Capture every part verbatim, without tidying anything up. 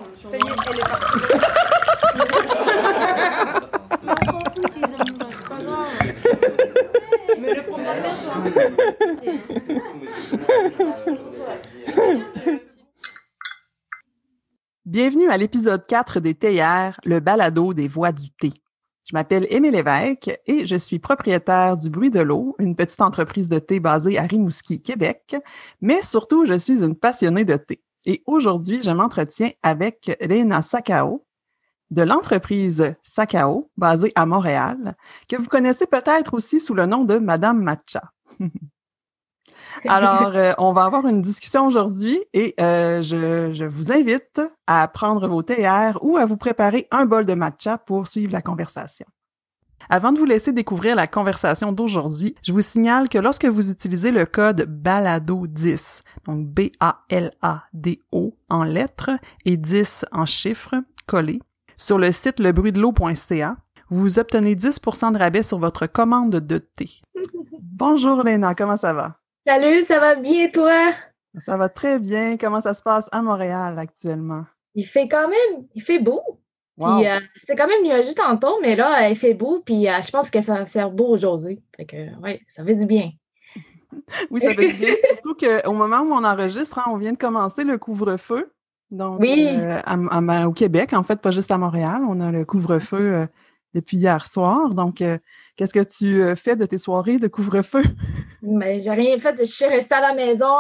Ça y est, elle est partie. Non, on s'en fout, tu les as mis dans le pas grave. Mais le prends pas toi. Bienvenue à l'épisode quatre des Théières, le balado des voix du thé. Je m'appelle Émile Lévesque et je suis propriétaire du Bruit de l'eau, une petite entreprise de thé basée à Rimouski, Québec, mais surtout, je suis une passionnée de thé. Et aujourd'hui, je m'entretiens avec Léna Sakao de l'entreprise Sakao, basée à Montréal, que vous connaissez peut-être aussi sous le nom de Madame Matcha. Alors, euh, on va avoir une discussion aujourd'hui et euh, je, je vous invite à prendre vos théières ou à vous préparer un bol de matcha pour suivre la conversation. Avant de vous laisser découvrir la conversation d'aujourd'hui, je vous signale que lorsque vous utilisez le code balado dix, donc B A L A D O en lettres et dix en chiffres collés, sur le site lebruitdelot point c a, vous obtenez dix pour cent de rabais sur votre commande de thé. Bonjour Léna, comment ça va? Salut, ça va bien toi? Ça va très bien. Comment ça se passe à Montréal actuellement? Il fait quand même, il fait beau. Wow. Puis euh, c'était quand même nuageux tantôt, mais là, il fait beau, puis euh, je pense que ça va faire beau aujourd'hui. Fait que, ouais, ça fait du bien. Oui, ça fait du bien. Surtout qu'au moment où on enregistre, hein, on vient de commencer le couvre-feu. Donc, oui. euh, à, à, au Québec, en fait, pas juste à Montréal. On a le couvre-feu euh, depuis hier soir. Donc, euh, qu'est-ce que tu euh, fais de tes soirées de couvre-feu? Mais j'ai rien fait. Je suis restée à la maison.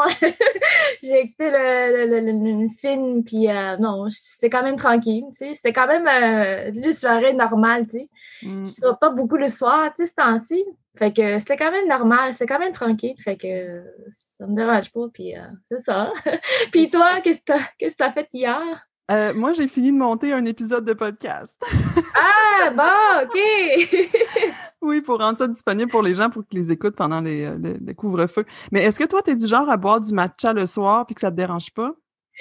J'ai écouté le, le, le, le film, puis euh, non, c'était quand même tranquille. Tu sais. C'était quand même euh, une soirée normale. Tu sais. Mm. Je ne sors pas beaucoup le soir, tu sais, ce temps-ci. Fait que c'était quand même normal. C'était quand même tranquille. Fait que ça me dérange pas, puis euh, c'est ça. Puis toi, qu'est-ce que tu as fait hier? Euh, moi, j'ai fini de monter un épisode de podcast. Ah, bon, OK! Oui, pour rendre ça disponible pour les gens pour qu'ils les écoutent pendant les, les, les couvre-feux. Mais est-ce que toi, tu es du genre à boire du matcha le soir puis que ça te dérange pas?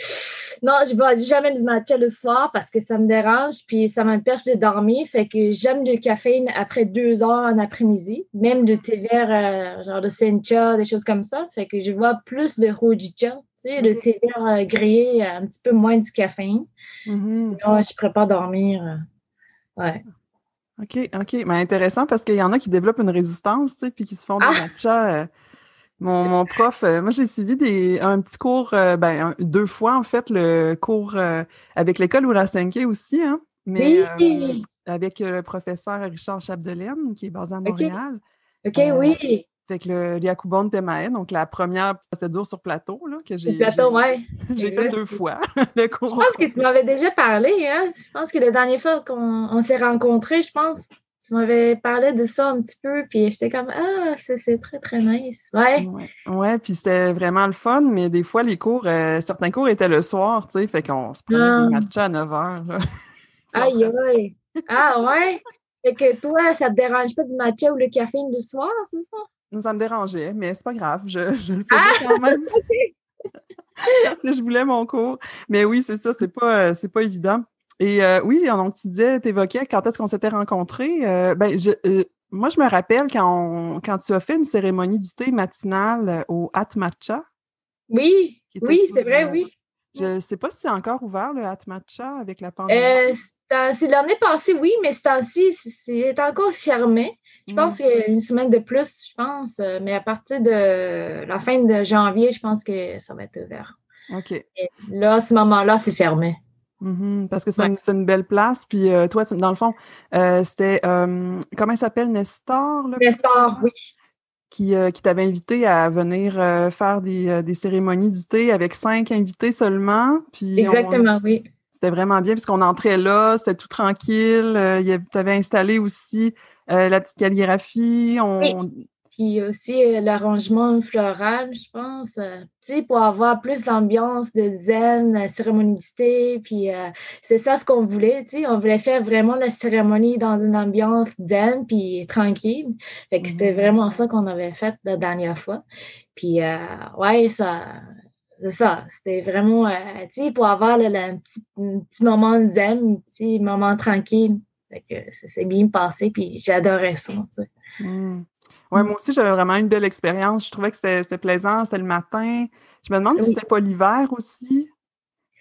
Non, je ne bois jamais du matcha le soir parce que ça me dérange puis ça m'empêche de dormir. Fait que j'aime le caféine après deux heures en après-midi. Même le thé vert, euh, genre de sencha, des choses comme ça. Fait que je bois plus de hojicha. Tu sais, okay. Le thé vert euh, grillé, un petit peu moins du caféine. Mm-hmm. Sinon, je ne pourrais pas dormir. Euh, ouais. OK, OK. Mais intéressant parce qu'il y en a qui développent une résistance, tu sais, puis qui se font des ah! matchas. Euh, mon, mon prof, euh, moi, j'ai suivi des, un petit cours, euh, ben, un, deux fois, en fait, le cours euh, avec l'école Oulasenke aussi, hein, mais oui. euh, avec le professeur Richard Chapdelaine, qui est basé à Montréal. OK, okay euh, oui. Avec le Liakubon Temae, donc la première procédure sur plateau, là, que j'ai, le plateau, j'ai, ouais. j'ai fait deux fois. Le cours je pense que tu m'avais déjà parlé, hein? Je pense que la dernière fois qu'on on s'est rencontrés, je pense, tu m'avais parlé de ça un petit peu, puis j'étais comme, ah, c'est, c'est très, très nice. Ouais. Ouais, ouais, puis c'était vraiment le fun, mais des fois, les cours, euh, certains cours étaient le soir, tu sais, fait qu'on se prenait ah. des matchas à neuf heures. Là. Aïe, aïe. Ah, ouais? Fait que toi, ça te dérange pas du matcha ou le café le soir, c'est ça? Ça me dérangeait, mais c'est pas grave, je, je le faisais ah! quand même. Parce que je voulais mon cours. Mais oui, c'est ça, c'est pas, c'est pas évident. Et euh, oui, donc tu disais, t'évoquais quand est-ce qu'on s'était rencontrés. Euh, ben, je, euh, moi, je me rappelle quand, on, quand tu as fait une cérémonie du thé matinale au Hat Matcha. Oui, oui, c'est vrai, euh, oui. Je ne sais pas si c'est encore ouvert, le Hat Matcha, avec la pandémie. Euh, c'est, c'est l'année passée, oui, mais ce temps-ci, c'est, c'est encore fermé. Je pense mm. qu'il y a une semaine de plus, je pense. Mais à partir de la fin de janvier, je pense que ça va être ouvert. OK. Et là, à ce moment-là, c'est fermé. Mm-hmm, parce que c'est, ouais. une, c'est une belle place. Puis euh, toi, tu, dans le fond, euh, c'était, euh, comment il s'appelle, Nestor? Là, Nestor, oui. Qui, euh, qui t'avait invité à venir euh, faire des, euh, des cérémonies du thé avec cinq invités seulement. Puis exactement, on, oui. C'était vraiment bien puisqu'on entrait là, c'était tout tranquille. Euh, tu avais installé aussi euh, la petite calligraphie. On... Oui. Puis aussi euh, l'arrangement floral, je pense, euh, tu sais, pour avoir plus l'ambiance de zen, la cérémonie du thé, puis euh, c'est ça ce qu'on voulait, tu sais, on voulait faire vraiment la cérémonie dans une ambiance zen, puis tranquille, fait que mm-hmm. c'était vraiment ça qu'on avait fait la dernière fois, puis euh, ouais, ça, c'est ça, c'était vraiment, euh, tu sais, pour avoir le, le, un, petit, un petit moment de zen, un petit moment tranquille, fait que ça s'est bien passé, puis j'adorais ça, tu sais. Mm. Oui, moi aussi, j'avais vraiment une belle expérience. Je trouvais que c'était, c'était plaisant, c'était le matin. Je me demande oui. si c'était pas l'hiver aussi.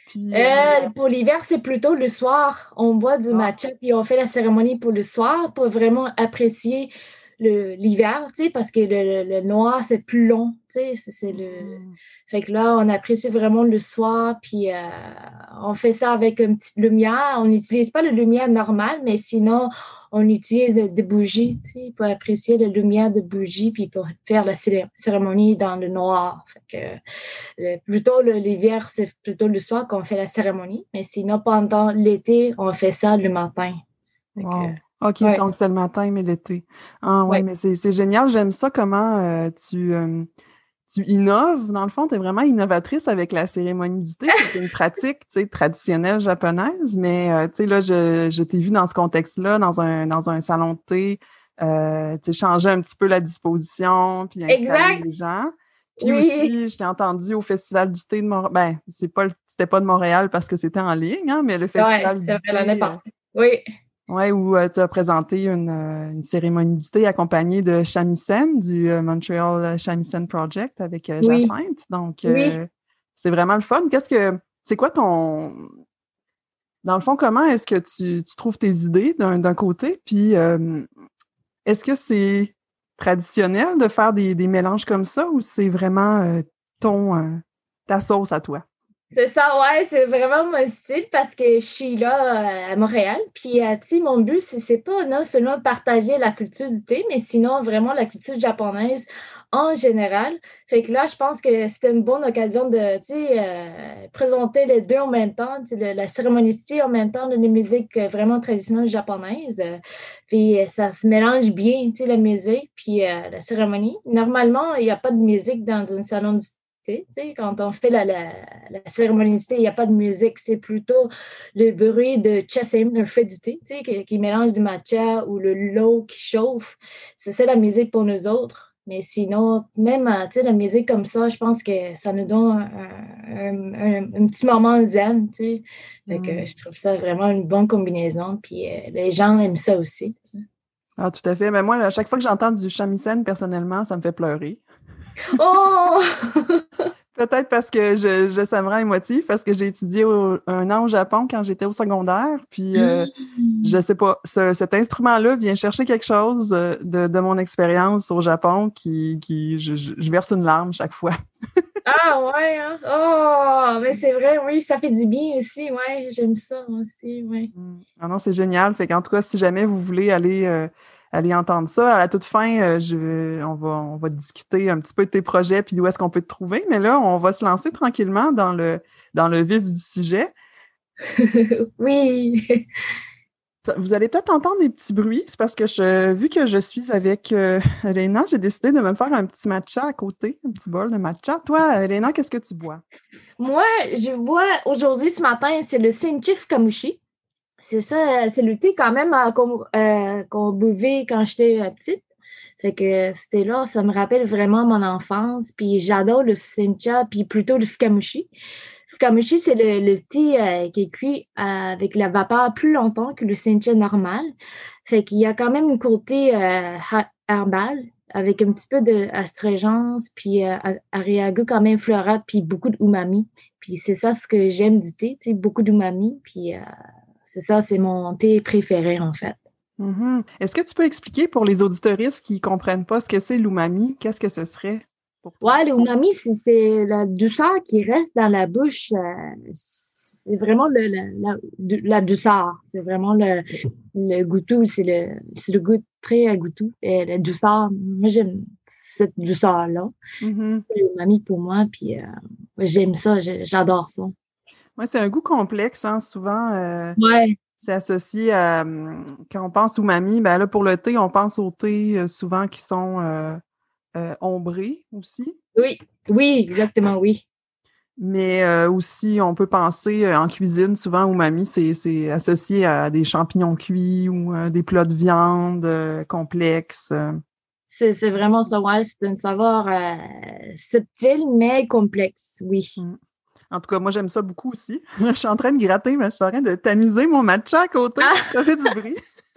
Puis, euh, Euh, pour l'hiver, c'est plutôt le soir. On boit du ah, matcha, puis on fait la cérémonie pour le soir pour vraiment apprécier le, l'hiver, tu sais, parce que le, le, le noir, c'est plus long, tu sais, c'est, c'est le... mhm. Fait que là, on apprécie vraiment le soir, puis euh, on fait ça avec une petite lumière. On n'utilise pas la lumière normale, mais sinon, on utilise de- des bougies, tu sais, pour apprécier la lumière de bougies, puis pour faire la célé- cérémonie dans le noir. Fait que le- plutôt le- l'hiver, c'est plutôt le soir qu'on fait la cérémonie, mais sinon, pendant l'été, on fait ça le matin. Fait que, Wow. OK, ouais, donc c'est le matin, mais l'été. Ah ouais, ouais. mais c'est c'est génial. J'aime ça comment euh, tu, euh, tu innoves. Dans le fond, tu es vraiment innovatrice avec la cérémonie du thé, qui est une pratique, tu sais, traditionnelle japonaise. Mais euh, tu sais, là, je, je t'ai vu dans ce contexte-là, dans un, dans un salon de thé, euh, tu sais, changer un petit peu la disposition, puis installer Exact, les gens. Puis oui. aussi, je t'ai entendu au Festival du thé de Montréal. Ben, c'est pas, le- c'était pas de Montréal parce que c'était en ligne, hein, mais le Ouais, Festival c'est du vrai, l'année thé. euh, passée. Oui, Ouais, où euh, tu as présenté une, euh, une cérémonie du thé accompagnée de shamisen, du euh, Montreal Shamisen Project avec euh, oui, Jacinthe. Donc, oui. euh, c'est vraiment le fun. Qu'est-ce que c'est quoi ton. Dans le fond, comment est-ce que tu, tu trouves tes idées d'un d'un côté? Puis, euh, est-ce que c'est traditionnel de faire des, des mélanges comme ça ou c'est vraiment euh, ton euh, ta sauce à toi? C'est ça, ouais, c'est vraiment mon style parce que je suis là euh, à Montréal. Puis, euh, tu sais, mon but, c'est, c'est pas non seulement partager la culture du thé, mais sinon vraiment la culture japonaise en général. Fait que là, je pense que c'était une bonne occasion de, tu sais, euh, présenter les deux en même temps, tu sais, le- la cérémonie du thé en même temps, de la musique euh, vraiment traditionnelle japonaise. Euh, puis, euh, ça se mélange bien, tu sais, la musique puis euh, la cérémonie. Normalement, il n'y a pas de musique dans un salon du thé. Tu sais, quand on fait la, la, la cérémonie du thé, il n'y a pas de musique, c'est plutôt le bruit de chassem, le fait du thé, tu sais, qui, qui mélange du matcha ou le l'eau qui chauffe. C'est ça la musique pour nous autres. Mais sinon, même euh, tu sais, la musique comme ça, je pense que ça nous donne un, un, un, un petit moment zen. Tu sais. Fait que Hmm. je trouve ça vraiment une bonne combinaison. Puis euh, les gens aiment ça aussi. Tu sais. Ah, tout à fait. Mais moi, à chaque fois que j'entends du shamisen, personnellement, ça me fait pleurer. Oh! Peut-être parce que je, je ça me rend émotif, parce que j'ai étudié au- un an au Japon quand j'étais au secondaire, puis euh, je Mm. sais pas, ce- cet instrument-là vient chercher quelque chose euh, de, de mon expérience au Japon qui, qui je, je- je verse une larme chaque fois. Ah ouais, hein? Oh, mais c'est vrai, oui, ça fait du bien aussi, ouais, j'aime ça moi aussi, ouais. Mm. Ah non, c'est génial. Fait qu'en tout cas, si jamais vous voulez aller, euh, aller entendre ça, à la toute fin, euh, je, vais- on va, on va discuter un petit peu de tes projets puis où est-ce qu'on peut te trouver. Mais là, on va se lancer tranquillement dans le, dans le vif du sujet. Oui. Ça- Vous allez peut-être entendre des petits bruits, c'est parce que je, vu que je suis avec euh, Elena, j'ai décidé de me faire un petit matcha à côté, un petit bol de matcha. Toi, Elena, qu'est-ce que tu bois? Moi, je bois aujourd'hui, ce matin, c'est le Senchif Kamushi. C'est ça, euh, c'est le thé quand même euh, qu'on euh, qu'on buvait quand j'étais euh, petite. Fait que c'était là, ça me rappelle vraiment mon enfance. Puis j'adore le sencha, puis plutôt le fukamushi. Fukamushi, c'est le, le thé euh, qui est cuit euh, avec la vapeur plus longtemps que le sencha normal. Fait qu'il y a quand même un côté euh, ha- herbal avec un petit peu d'astringence, puis euh, a- arrière-goût quand même floral, puis beaucoup d'umami. Puis c'est ça ce que j'aime du thé, tu sais, beaucoup d'umami, puis euh, c'est ça, c'est mon thé préféré, en fait. Mhm. Est-ce que tu peux expliquer pour les auditoristes qui comprennent pas ce que c'est l'umami, qu'est-ce que ce serait pour toi? Ouais, l'umami, c'est c'est la douceur qui reste dans la bouche. euh, c'est vraiment le, la, la, du- la douceur. C'est vraiment le, le goûtou. C'est le, c'est le goût très à goûtou. Et la douceur, moi, j'aime cette douceur-là. Mhm. C'est l'umami pour moi. Puis euh, j'aime ça. j'ai- J'adore ça. Ouais, c'est un goût complexe, hein. Souvent, euh, Ouais. c'est associé à hum, quand on pense umami, ben là, pour le thé, on pense aux thés euh, souvent qui sont euh, euh, ombrés aussi. Oui. Oui, exactement, oui. Mais euh, aussi, on peut penser euh, en cuisine, souvent umami, c'est c'est associé à des champignons cuits ou euh, des plats de viande euh, complexes. euh. C'est c'est vraiment ça. Ouais, c'est un savoir euh, subtil, mais complexe. Oui. Mm. En tout cas, moi, j'aime ça beaucoup aussi. Je suis en train de gratter, mais je suis en train de tamiser mon matcha à côté. Ah! Ça fait du bruit.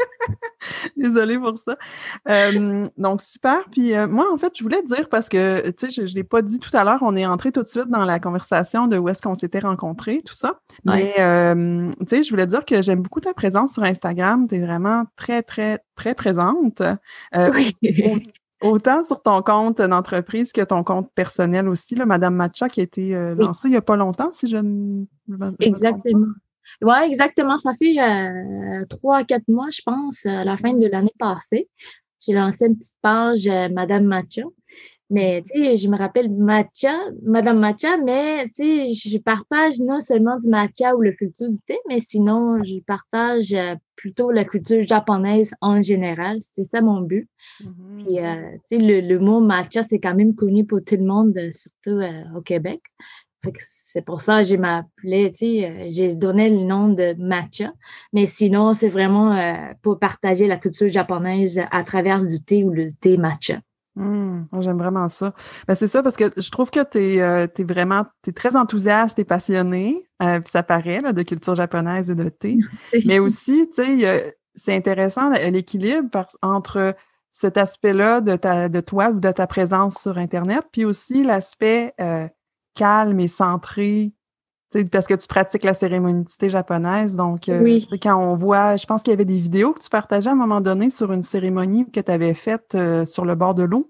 Désolée pour ça. Euh, donc, super. Puis euh, moi, en fait, je voulais te dire, parce que, tu sais, je ne l'ai pas dit tout à l'heure, on est entré tout de suite dans la conversation de où est-ce qu'on s'était rencontrés, tout ça. Ouais. Mais, euh, tu sais, je voulais dire que j'aime beaucoup ta présence sur Instagram. Tu es vraiment très, très, très présente. Euh, Oui. au- Autant sur ton compte d'entreprise que ton compte personnel aussi, là, Madame Matcha, qui a été euh, Oui, lancée il n'y a pas longtemps, si je ne je me, je me trompe pas. exactement. Ouais, exactement. Ça fait euh, trois à quatre mois, je pense, à la fin de l'année passée. J'ai lancé une petite page euh, Madame Matcha. Mais, tu sais, je me rappelle matcha, Madame Matcha, mais, tu sais, je partage non seulement du matcha ou le culture du thé, mais sinon, je partage euh, plutôt la culture japonaise en général. C'était ça mon but. Puis, Mhm. euh, tu sais, le, le mot matcha, c'est quand même connu pour tout le monde, euh, surtout euh, au Québec. Fait que c'est pour ça que j'ai m'appelé, tu sais, euh, j'ai donné le nom de matcha. Mais sinon, c'est vraiment euh, pour partager la culture japonaise à travers du thé ou le thé matcha. Hum, moi, j'aime vraiment ça. Ben, c'est ça parce que je trouve que t'es euh, t'es vraiment t'es très enthousiaste et passionné, euh, puis ça paraît là, de culture japonaise et de thé. Mais aussi, tu sais, il y a- c'est intéressant l- l'équilibre par- entre cet aspect-là de ta de toi ou de ta présence sur Internet, puis aussi l'aspect euh, calme et centré. Tu sais, parce que tu pratiques la cérémonie du thé japonaise. Donc, euh, tu Oui. sais, quand on voit, je pense qu'il y avait des vidéos que tu partageais à un moment donné sur une cérémonie que tu avais faite euh, sur le bord de l'eau.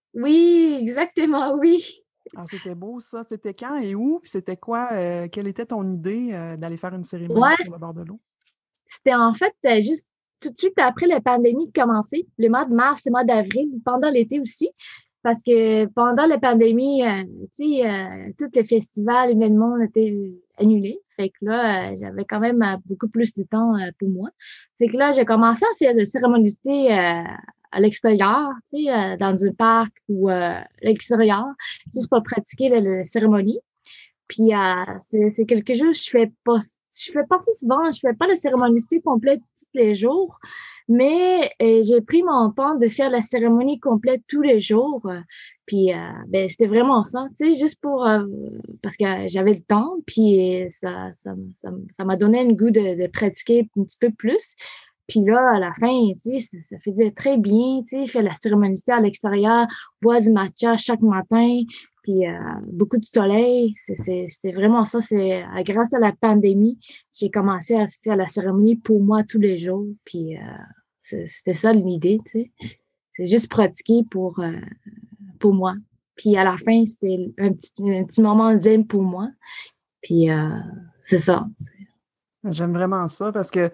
Oui, exactement, oui. Ah, c'était beau, ça. C'était quand et où? Puis c'était quoi? Euh, quelle était ton idée euh, d'aller faire une cérémonie Ouais, sur le bord de l'eau? c'était en fait euh, juste tout de suite après la pandémie de commencer, le mois de mars, le mois d'avril, pendant l'été aussi. Parce que pendant la pandémie, euh, tu sais, euh, tous les festivals, événements ont été annulés. Fait que là, euh, j'avais quand même euh, beaucoup plus de temps euh, pour moi. Fait que là, j'ai commencé à faire des cérémonies de thé, euh, à l'extérieur, tu sais, euh, dans un parc ou euh, à l'extérieur, juste pour pratiquer la, la cérémonie. Puis euh, c'est, c'est quelque chose que je fais pas, je fais pas ça souvent, je fais pas la cérémonie complète tous les jours, mais euh, j'ai pris mon temps de faire la cérémonie complète tous les jours. euh, Puis euh, ben c'était vraiment ça, tu sais, juste pour euh, parce que j'avais le temps, puis euh, ça, ça, ça, ça m'a donné un goût de, de pratiquer un petit peu plus. Puis là, à la fin, tu sais, ça, ça faisait très bien, tu sais, faire la cérémonie à l'extérieur, boire du matcha chaque matin, puis euh, beaucoup de soleil. C'est, c'est, c'était vraiment ça. C'est euh, grâce à la pandémie, j'ai commencé à faire la cérémonie pour moi tous les jours. Puis euh, c'est- c'était ça l'idée, tu sais. C'est juste pratiquer pour, euh, pour moi. Puis à la fin, c'était un petit, un petit moment zen pour moi. Puis euh, c'est ça. J'aime vraiment ça parce que,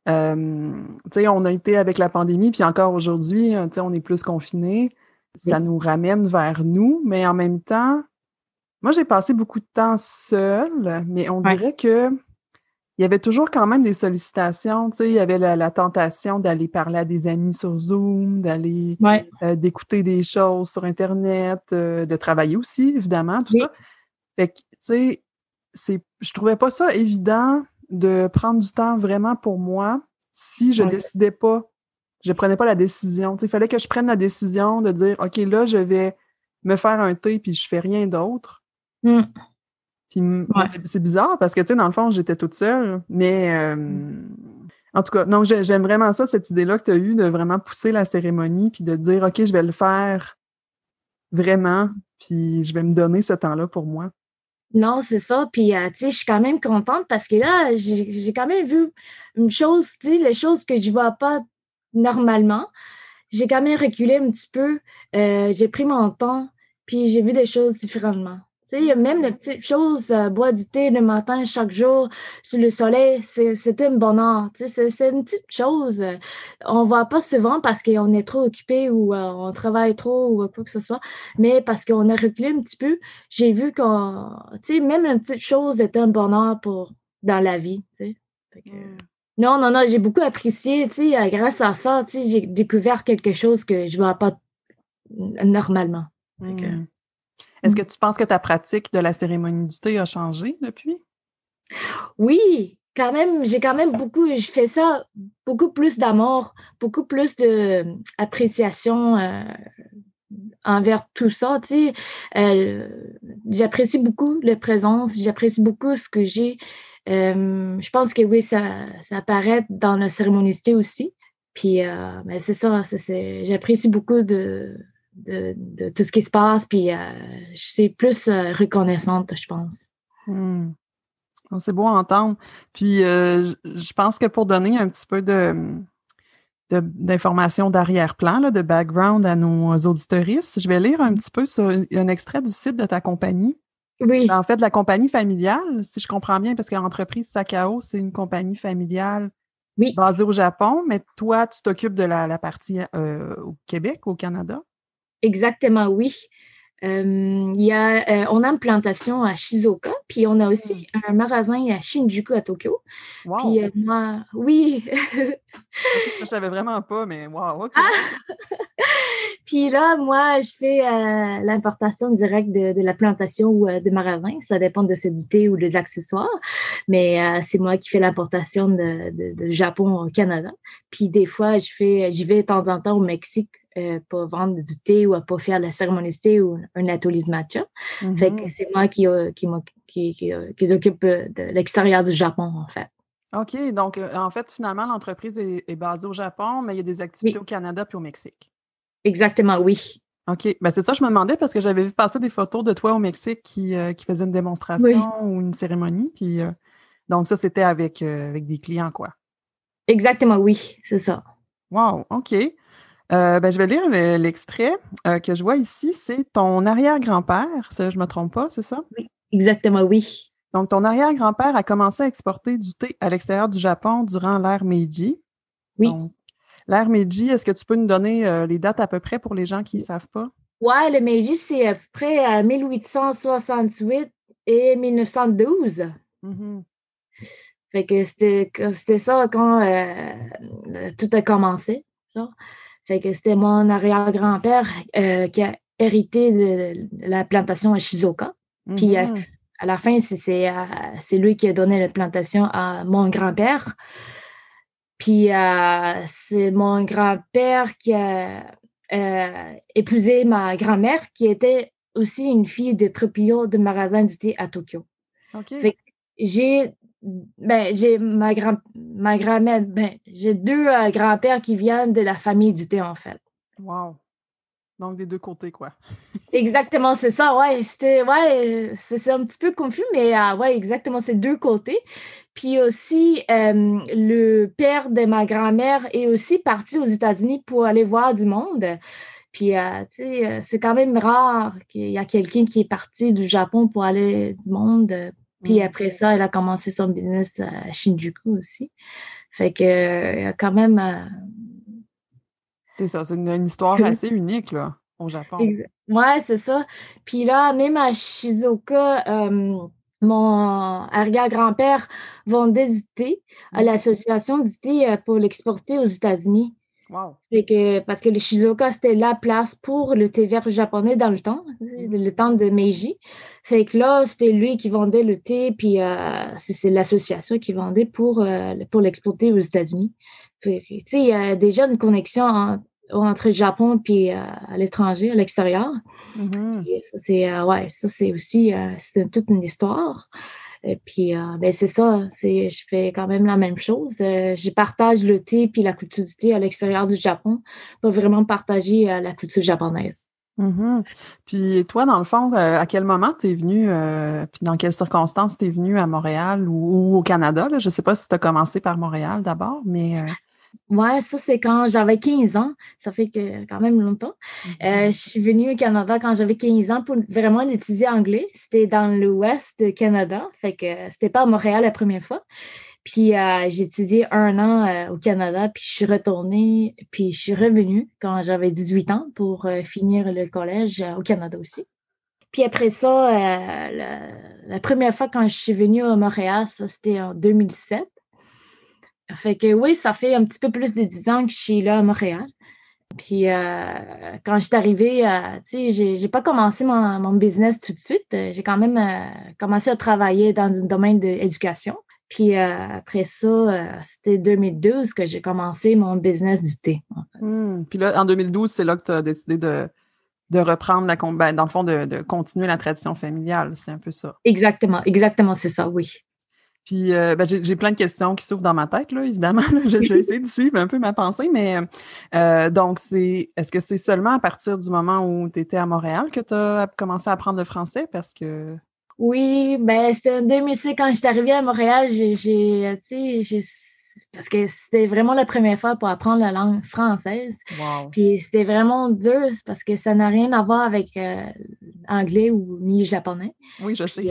euh, tu sais, on a été avec la pandémie, puis encore aujourd'hui, hein, tu sais, on est plus confinés. Ça Oui. nous ramène vers nous, mais en même temps, moi, j'ai passé beaucoup de temps seule, mais on Ouais. dirait que il y avait toujours quand même des sollicitations. Tu sais, il y avait la, la tentation d'aller parler à des amis sur Zoom, d'aller Ouais. euh, d'écouter des choses sur Internet, euh, de travailler aussi, évidemment, tout Oui. ça. Fait que, tu sais, c'est, je trouvais pas ça évident de prendre du temps vraiment pour moi si je Ouais. décidais pas, je prenais pas la décision. Tu sais, il fallait que je prenne la décision de dire, OK, là, je vais me faire un thé puis je fais rien d'autre. Mm. Puis m- Ouais. c'est c'est bizarre parce que, tu sais, dans le fond, j'étais toute seule, mais euh, en tout cas, non, j'ai- j'aime vraiment ça, cette idée-là que tu as eue de vraiment pousser la cérémonie puis de dire, OK, je vais le faire vraiment, puis je vais me donner ce temps-là pour moi. Non, c'est ça. Puis, euh, tu sais, je suis quand même contente parce que là, j'ai j'ai quand même vu une chose, tu sais, les choses que je vois pas normalement. J'ai quand même reculé un petit peu. Euh, j'ai pris mon temps, puis j'ai vu des choses différemment. Tu sais, même les petites choses, euh, boire du thé le matin chaque jour sous le soleil, c'est, c'est un bonheur. Tu sais, c'est, c'est une petite chose. euh, On voit pas souvent parce qu'on est trop occupé ou euh, on travaille trop ou quoi que ce soit, mais parce qu'on a reculé un petit peu, j'ai vu qu'on, tu sais, même une petite chose est un bonheur pour, dans la vie, tu sais. Fait que, Mm. non, non, non, j'ai beaucoup apprécié, tu sais, euh, grâce à ça, tu sais, j'ai découvert quelque chose que je vois pas n- normalement. Fait que, Mm. Est-ce mm. que tu penses que ta pratique de la cérémonie du thé a changé depuis? Oui, quand même, j'ai quand même beaucoup, je fais ça beaucoup plus d'amour, beaucoup plus de euh, appréciation euh, envers tout ça, tu sais. Euh, j'apprécie beaucoup la présence, j'apprécie beaucoup ce que j'ai. Euh, je pense que oui, ça, ça apparaît dans la cérémonicité aussi. Puis, euh, ben, c'est ça, c'est, c'est, j'apprécie beaucoup de, de, de tout ce qui se passe, puis euh, je suis plus euh, reconnaissante, je pense. Hmm. C'est beau à entendre. Puis, euh, je je pense que pour donner un petit peu de, de- d'informations d'arrière-plan, là, de background à nos auditeuristes, je vais lire un petit peu sur un extrait du site de ta compagnie. Oui, En fait, de la compagnie familiale, si je comprends bien, parce que l'entreprise Sakao, c'est une compagnie familiale oui. basée au Japon, mais toi, tu t'occupes de la, la partie euh, au Québec, au Canada? Exactement, oui. Euh, il y a, euh, on a une plantation à Shizuoka, puis on a aussi Hmm. un magasin à Shinjuku, à Tokyo. Puis Wow! euh, moi, oui. OK, ça, je savais vraiment pas, mais wow, OK. Ah! Puis là, moi, je fais euh, l'importation directe de, de la plantation ou euh, de magasin. Ça dépend de c'est du thé ou des accessoires. Mais euh, c'est moi qui fais l'importation de, de, de Japon au Canada. Puis des fois, je fais, j'y vais de temps en temps au Mexique euh, pour vendre du thé ou pour faire la cérémonie de thé ou un atelier de matcha. Fait que Mhm. c'est moi qui, euh, qui, m'oc- qui, qui, euh, qui s'occupe de l'extérieur du Japon, en fait. OK, donc euh, en fait, finalement, l'entreprise est, est basée au Japon, mais il y a des activités Oui, au Canada puis au Mexique. exactement, oui. OK, ben c'est ça, je me demandais parce que j'avais vu passer des photos de toi au Mexique qui, euh, qui faisait une Oui, démonstration ou une cérémonie, puis euh, donc ça, c'était avec, euh, avec des clients, quoi. exactement, oui, c'est ça. Wow, OK. Euh, ben, je vais lire le- l'extrait euh, que je vois ici. C'est ton arrière-grand-père, ça, je me trompe pas, c'est ça? Oui, exactement, oui. Donc, ton arrière-grand-père a commencé à exporter du thé à l'extérieur du Japon durant l'ère Meiji. Oui. Donc, l'ère Meiji, est-ce que tu peux nous donner euh, les dates à peu près pour les gens qui ne savent pas? Ouais, le Meiji, c'est à peu près à mille huit cent soixante-huit et mille neuf cent douze. Mhm. Fait que c'était que c'était ça quand euh, tout a commencé. Genre. Fait que c'était mon arrière-grand-père euh, qui a hérité de, de la plantation à Shizuoka. Puis euh, Mhm. à la fin, c'est c'est, euh, c'est lui qui a donné la plantation à mon grand-père. Puis euh, c'est mon grand-père qui a euh, épousé ma grand-mère, qui était aussi une fille de proprio de magasin du thé à Tokyo. OK. Fait que j'ai ben, j'ai ma grand ma grand-mère, ben, j'ai deux euh, grands-pères qui viennent de la famille du thé, en fait. Wow. Donc, des deux côtés, quoi. Exactement, c'est ça, ouais. C'était, ouais, c'est c'est un petit peu confus, mais euh, ouais, exactement, c'est deux côtés. Puis aussi, euh, le père de ma grand-mère est aussi parti aux États-Unis pour aller voir du monde. Puis, euh, tu sais, euh, c'est quand même rare qu'il y a quelqu'un qui est parti du Japon pour aller du monde. Puis Mm. après ça, elle a commencé son business à Shinjuku aussi. Fait que, euh, il y a quand même... euh, C'est ça, c'est une, une histoire assez unique, là, au Japon. Exa- Ouais, c'est ça. Puis là, même à Shizuoka, euh, mon arrière-grand-père vendait du thé à Mhm. l'association du thé euh, pour l'exporter aux États-Unis. Wow. Fait que, parce que le Shizuoka, c'était la place pour le thé vert japonais dans le temps, Mhm. le temps de Meiji. Fait que là, c'était lui qui vendait le thé, puis euh, c'est c'est l'association qui vendait pour, euh, pour l'exporter aux États-Unis. Fait que, tu sais, il y a déjà une connexion en- entre le Japon puis euh, à l'étranger, à l'extérieur. Mhm. Puis ça, c'est euh, ouais, ça, c'est aussi euh, c'est toute une histoire. Et puis, euh, ben, c'est ça, c'est, je fais quand même la même chose. Euh, je partage le thé puis la culture du thé à l'extérieur du Japon pour vraiment partager euh, la culture japonaise. Mhm. Puis toi, dans le fond, euh, à quel moment t'es venu, euh, puis dans quelles circonstances t'es venu à Montréal ou, ou au Canada, là? Je sais pas si t'as commencé par Montréal d'abord, mais euh, Ouais, ça, c'est quand j'avais quinze ans. Ça fait que quand même longtemps. mhm. Euh, je suis venue au Canada quand j'avais quinze ans pour vraiment étudier anglais. C'était dans l'ouest du Canada. Fait que c'était pas à Montréal la première fois. Puis euh, j'ai étudié un an euh, au Canada, puis je suis retournée, puis je suis revenue quand j'avais dix-huit ans pour euh, finir le collège euh, au Canada aussi. Puis après ça, euh, la, la première fois quand je suis venue à Montréal, ça c'était en deux mille sept. Fait que oui, ça fait un petit peu plus de dix ans que je suis là à Montréal. Puis euh, quand je suis arrivée, euh, tu sais, j'ai, j'ai pas commencé mon, mon business tout de suite. Euh, J'ai quand même euh, commencé à travailler dans le domaine de l'éducation. Puis euh, après ça, euh, c'était deux mille douze que j'ai commencé mon business du thé. Hmm. Puis là, en deux mille douze, c'est là que tu as décidé de, de reprendre la, com- ben, dans le fond, de, de continuer la tradition familiale. C'est un peu ça. Exactement, exactement, c'est ça, oui. Puis, euh, ben, j'ai, j'ai plein de questions qui s'ouvrent dans ma tête, là, évidemment. Je vais essayer de suivre un peu ma pensée, mais euh, donc, c'est est-ce que c'est seulement à partir du moment où tu étais à Montréal que tu as commencé à apprendre le français? Parce que... Oui, ben c'était en deux mille six quand je suis arrivée à Montréal, j'ai, j'ai, tu sais, j'ai- parce que c'était vraiment la première fois pour apprendre la langue française. Wow. Puis c'était vraiment dur parce que ça n'a rien à voir avec euh, anglais ou ni japonais. Oui, je sais.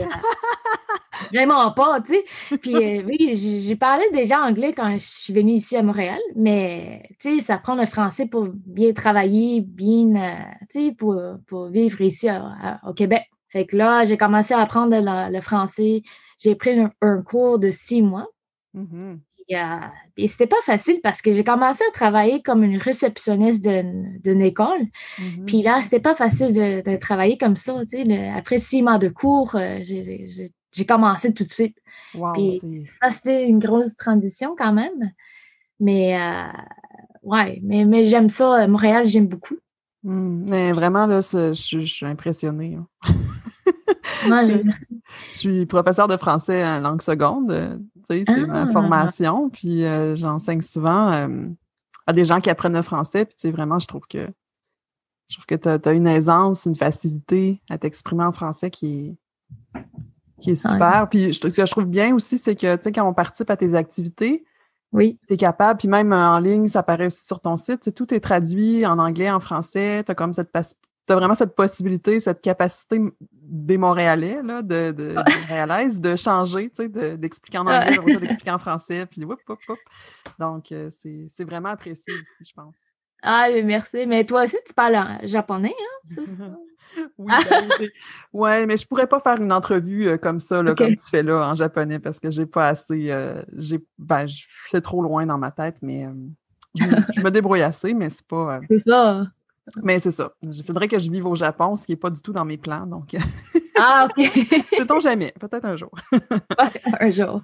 Puis, euh, vraiment pas, tu sais. Puis euh, oui, j'ai j'ai parlé déjà anglais quand je suis venue ici à Montréal, mais tu sais, ça prend le français pour bien travailler, bien, euh, tu sais, pour, pour vivre ici à- à- au Québec. Fait que là, j'ai commencé à apprendre le, le français. J'ai pris un, un cours de six mois. Mhm. Et, euh, et c'était pas facile parce que j'ai commencé à travailler comme une réceptionniste d'une d'une école. Mhm. Puis là, c'était pas facile de, de travailler comme ça. Tu sais, le- après six mois de cours, euh, j'ai j'ai- j'ai commencé tout de suite. Wow, Puis c'est... ça, c'était une grosse transition quand même. Mais euh, ouais, mais, mais j'aime ça. euh, Montréal, j'aime beaucoup. Hmm. Mais vraiment, là, c'est- je, suis- je suis impressionnée, hein. Moi, Je, je- je suis professeure de français en langue seconde. euh, Tu sais, c'est ma Ah, formation. Puis euh, j'enseigne souvent euh, à des gens qui apprennent le français. Puis tu sais, vraiment, je trouve que je trouve que tu as, une aisance, une facilité à t'exprimer en français qui est, qui est ouais, super. Puis je, ce que je trouve bien aussi, c'est que tu sais, quand on participe à tes activités, oui. tu es capable, puis même euh, en ligne, ça apparaît aussi sur ton site, tu sais, tout est traduit en anglais, en français. Tu as comme cette pas- t'as vraiment cette possibilité, cette capacité des Montréalais, là, de, de, des Montréalaises, de changer, tu sais, de- d'expliquer en anglais, Ouais. après ça, d'expliquer en français, puis whoop, whoop, whoop. Donc, euh, c'est, c'est vraiment apprécié aussi, je pense. Ah, mais merci. Mais toi aussi, tu parles en japonais, hein? C'est ça? Oui, ben, j'ai- ouais, mais je pourrais pas faire une entrevue euh, comme ça, là, comme OK. tu fais là, en japonais, parce que j'ai pas assez, euh, j'ai, ben, je- c'est trop loin dans ma tête, mais euh, je, me je me débrouille assez, mais c'est pas, euh, C'est ça. mais c'est ça. Il faudrait que je vive au Japon, ce qui est pas du tout dans mes plans, donc Ah, OK. sait-on jamais, peut-être un jour. Ouais, un jour.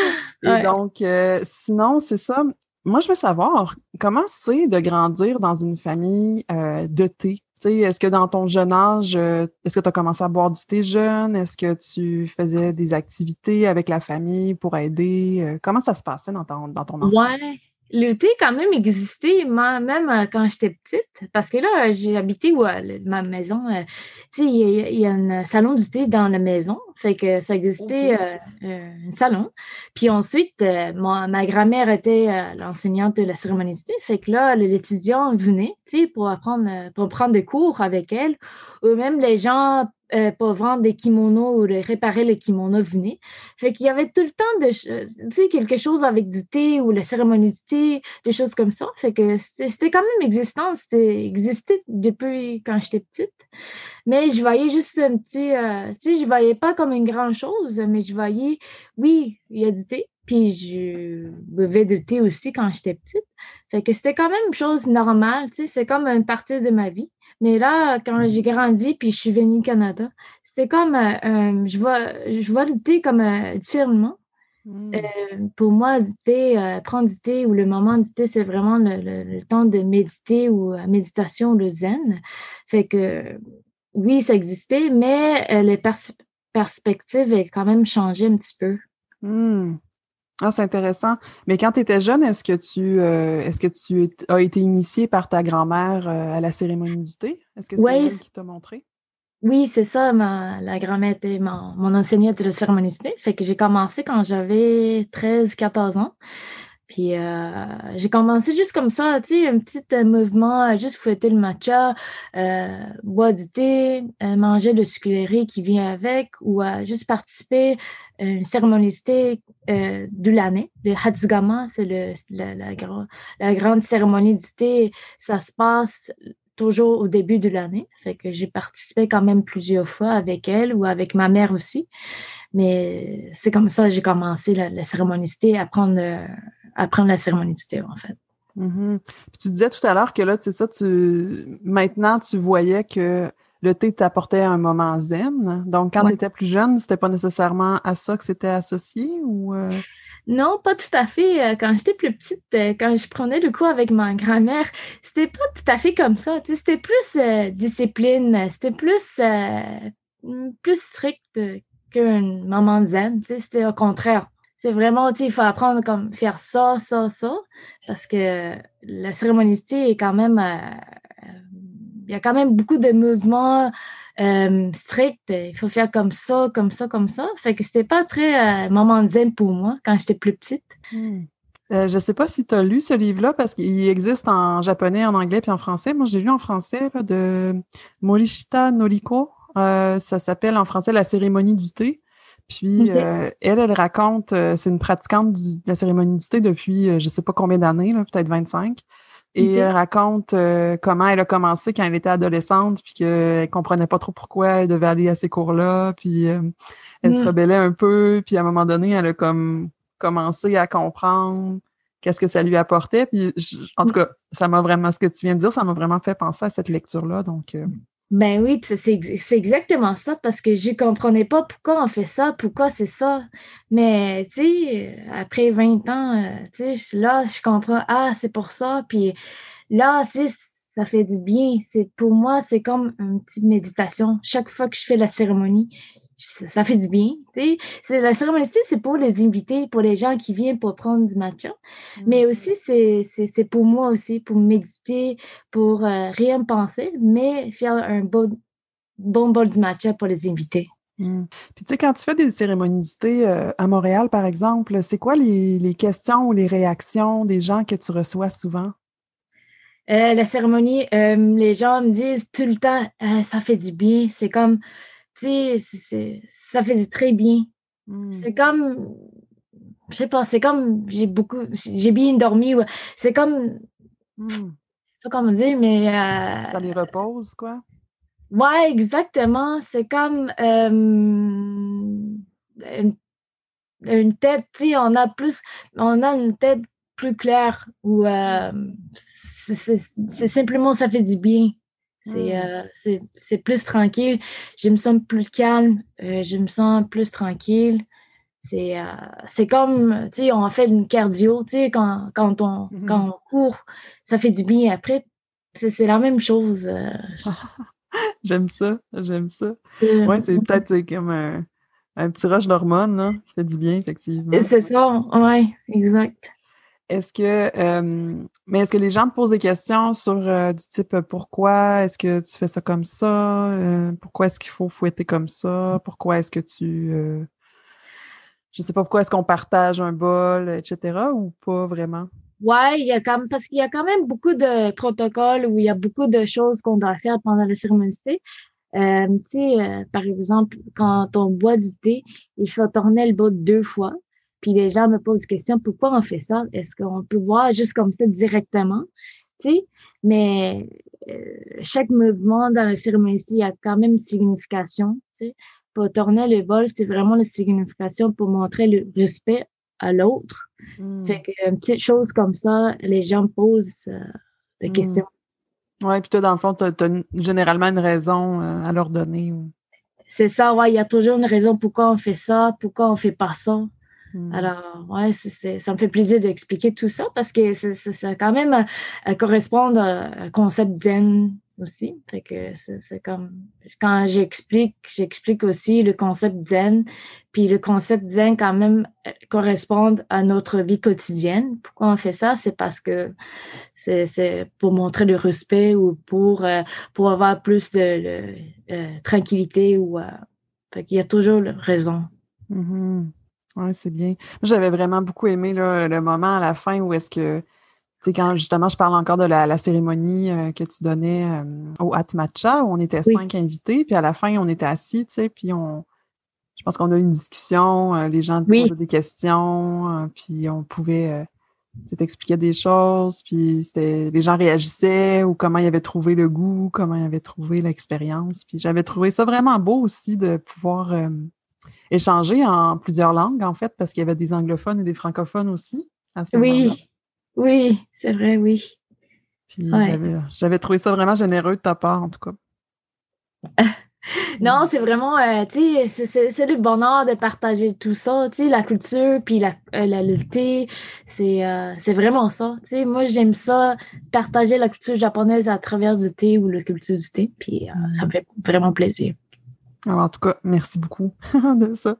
Et Ouais. donc, euh, sinon, c'est ça. Moi, je veux savoir comment c'est de grandir dans une famille euh, de thé. Tu sais, est-ce que dans ton jeune âge, euh, est-ce que tu as commencé à boire du thé jeune? Est-ce que tu faisais des activités avec la famille pour aider? Euh, comment ça se passait dans ton, dans ton enfance? Ouais, le thé quand même existait, moi, même euh, quand j'étais petite, parce que là, j'ai habité où, euh, le- ma maison, euh, tu sais, il y, a il y a un salon du thé dans la maison, fait que ça existait, OK. euh, euh, un salon. Puis ensuite, euh, moi, ma grand-mère était euh, l'enseignante de la cérémonie du thé, fait que là, l'étudiant venait, tu sais, pour apprendre, euh, pour prendre des cours avec elle, ou même les gens euh, pour vendre des kimonos ou de réparer les kimonos venaient. Fait qu'il y avait tout le temps de, ch- tu sais, quelque chose avec du thé ou la cérémonie du thé, des choses comme ça. Fait que c'était c'était quand même existant. C'était existé depuis quand j'étais petite. Mais je voyais juste un petit, euh, tu sais, je voyais pas comme une grande chose, mais je voyais, oui, il y a du thé. Puis je buvais du thé aussi quand j'étais petite. Fait que c'était quand même une chose normale, tu sais, c'est comme une partie de ma vie. Mais là, quand j'ai grandi puis je suis venue au Canada, c'était comme, euh, euh, je vois, je vois le thé comme euh, différemment. Euh, Hmm. pour moi, du thé, euh, prendre du thé ou le moment du thé, c'est vraiment le, le- le temps de méditer ou euh, méditation, le zen. Fait que oui, ça existait, mais euh, les pers- perspectives ont quand même changé un petit peu. Hmm. Ah, c'est intéressant. Mais quand tu étais jeune, est-ce que tu euh, est-ce que tu es- as été initiée par ta grand-mère euh, à la cérémonie du thé? Est-ce que c'est Oui, elle qui t'a montré? oui, c'est ça. Ma, la grand-mère était mon, mon enseignante de cérémonie du thé. Fait que j'ai commencé quand j'avais treize quatorze ans. Puis euh, j'ai commencé juste comme ça, tu sais, un petit euh, mouvement, euh, juste fouetter le matcha, euh, boire du thé, euh, manger le sucrerie qui vient avec, ou euh, juste participer à une cérémonie du thé euh, de l'année. Le Hatsugama, c'est le, la, la, gra- la grande cérémonie du thé. Ça se passe toujours au début de l'année. Fait que j'ai participé quand même plusieurs fois avec elle ou avec ma mère aussi. Mais c'est comme ça que j'ai commencé la, la cérémonie du thé, à prendre, euh, à prendre la cérémonie du thé, en fait. Mhm. Puis tu disais tout à l'heure que là, tu sais ça, tu maintenant tu voyais que le thé t'apportait un moment zen. Donc, quand tu Ouais. étais plus jeune, c'était pas nécessairement à ça que c'était associé ou euh, Non, pas tout à fait. Euh, Quand j'étais plus petite, euh, quand je prenais le cours avec ma grand-mère, c'était pas tout à fait comme ça. Tu sais, c'était plus euh, discipline, c'était plus, euh, mm, plus strict euh, qu'un moment zen. Tu sais, c'était au contraire. C'est vraiment, tu sais, il faut apprendre comme faire ça, ça, ça, parce que la cérémonie du thé est quand même, euh, il y a quand même beaucoup de mouvements euh, stricts. Il faut faire comme ça, comme ça, comme ça. Fait que c'était pas très euh, moment zen pour moi quand j'étais plus petite. Hmm. Euh, je sais pas si tu as lu ce livre-là parce qu'il existe en japonais, en anglais puis en français. Moi, j'ai lu en français là, de Morishita Noriko. Euh, ça s'appelle en français La cérémonie du thé. Puis OK. euh, elle, elle raconte, euh, c'est une pratiquante du- de la cérémonie du thé depuis euh, je sais pas combien d'années, là, peut-être vingt-cinq. Et elle OK. raconte euh, comment elle a commencé quand elle était adolescente, puis qu'elle comprenait pas trop pourquoi elle devait aller à ces cours-là, puis euh, elle se Mm. rebellait un peu, puis à un moment donné, elle a comme commencé à comprendre qu'est-ce que ça lui apportait. Puis je- en tout cas, ça m'a vraiment, ce que tu viens de dire, ça m'a vraiment fait penser à cette lecture-là. Donc, euh, Ben oui, c'est c'est ex- c'est exactement ça, parce que je comprenais pas pourquoi on fait ça, pourquoi c'est ça. Mais, tu sais, après vingt ans, euh, tu sais, là, je comprends, ah, c'est pour ça. Puis là, tu sais, ça fait du bien. C'est, pour moi, c'est comme une petite méditation. Chaque fois que je fais la cérémonie, ça, ça fait du bien. Tu sais, c'est, la cérémonie, tu sais, c'est pour les invités, pour les gens qui viennent pour prendre du matcha. mm, Mais aussi, c'est, c'est, c'est pour moi aussi, pour méditer, pour euh, rien penser, mais faire un bon, bon bol du matcha pour les invités. mm. Puis tu sais, quand tu fais des cérémonies du thé euh, à Montréal, par exemple, c'est quoi les, les questions ou les réactions des gens que tu reçois souvent? Euh, la cérémonie, euh, les gens me disent tout le temps, euh, ça fait du bien. C'est comme, tu sais, c'est, c'est- ça fait du très bien. Mm, C'est comme, je sais pas, c'est comme, j'ai beaucoup, j'ai bien dormi. Ou- C'est comme, mm. je sais pas comment dire, mais Ça les euh, repose, quoi? ouais, exactement. C'est comme euh, une, une tête, tu sais, on a plus, on a une tête plus claire où euh, c'est c'est- c'est simplement, ça fait du bien. C'est Mm. euh, c'est c'est plus tranquille. Je me sens plus calme. euh, je me sens plus tranquille. C'est euh, c'est comme, tu sais, on fait une cardio, tu sais, quand, quand on, quand on court, ça fait du bien après. C'est c'est la même chose. euh, J'aime ça, j'aime ça. je- Ouais, c'est peut-être c'est comme un, un petit rush d'hormones, là, qui fait du bien, c'est effectivement. c'est ça, ouais, exact. Est-ce que, euh, mais est-ce que les gens te posent des questions sur euh, du type euh, pourquoi est-ce que tu fais ça comme ça? Euh, pourquoi est-ce qu'il faut fouetter comme ça? Pourquoi est-ce que tu, euh, je sais pas pourquoi est-ce qu'on partage un bol, et cetera ou pas vraiment? Ouais, il y a quand parce qu'il y a quand même beaucoup de protocoles où il y a beaucoup de choses qu'on doit faire pendant la cérémonie. Euh, tu sais, euh, par exemple, quand on boit du thé, il faut tourner le bol deux fois. Puis les gens me posent des questions, pourquoi on fait ça? Est-ce qu'on peut boire juste comme ça directement? Tu sais, mais euh, chaque mouvement dans la cérémonie, il y a quand même une signification. Tu sais. Pour tourner le bol, c'est vraiment la signification pour montrer le respect à l'autre. Hmm, Fait que, une petite chose comme ça, les gens me posent euh, des hmm. questions. Ouais, puis toi, dans le fond, t'as, t'as une- généralement une raison euh, à leur donner. Ou... C'est ça, ouais, il y a toujours une raison pourquoi on fait ça, pourquoi on fait pas ça. Hmm, Alors, ouais, c'est, c'est- ça me fait plaisir d'expliquer tout ça parce que c'est, c'est- ça quand même euh, euh, correspond à un concept zen aussi. Fait que c'est, c'est comme, quand j'explique, j'explique aussi le concept zen. Puis le concept zen quand même euh, correspond à notre vie quotidienne. Pourquoi on fait ça? C'est parce que c'est, c'est pour montrer le respect ou pour, euh, pour avoir plus de, de, euh, tranquillité ou, euh, fait qu'il y a toujours une raison. mhm. Ouais, c'est bien. Moi, j'avais vraiment beaucoup aimé là, le moment à la fin où est-ce que, tu sais, quand justement je parle encore de la, la cérémonie euh, que tu donnais euh, au Hat Matcha, où on était Oui, cinq invités, puis à la fin, on était assis, tu sais, puis on, je pense qu'on a eu une discussion, euh, les gens oui. posaient des questions, euh, puis on pouvait, euh, tu sais, t'expliquer des choses, puis c'était, les gens réagissaient ou comment ils avaient trouvé le goût, comment ils avaient trouvé l'expérience, puis j'avais trouvé ça vraiment beau aussi de pouvoir euh, échanger en plusieurs langues, en fait, parce qu'il y avait des anglophones et des francophones aussi à ce moment-là. Oui, oui, c'est vrai, oui. Puis Ouais. j'avais j'avais trouvé ça vraiment généreux de ta part, en tout cas. Non, Mm. c'est vraiment, euh, tu sais, c'est c'est- c'est le bonheur de partager tout ça, tu sais, la culture, puis la, euh, la le thé, c'est euh, c'est vraiment ça. Tu sais, moi, j'aime ça, partager la culture japonaise à travers du thé ou la culture du thé, puis euh, ça me Mm. fait vraiment plaisir. Alors, en tout cas, merci beaucoup de ça.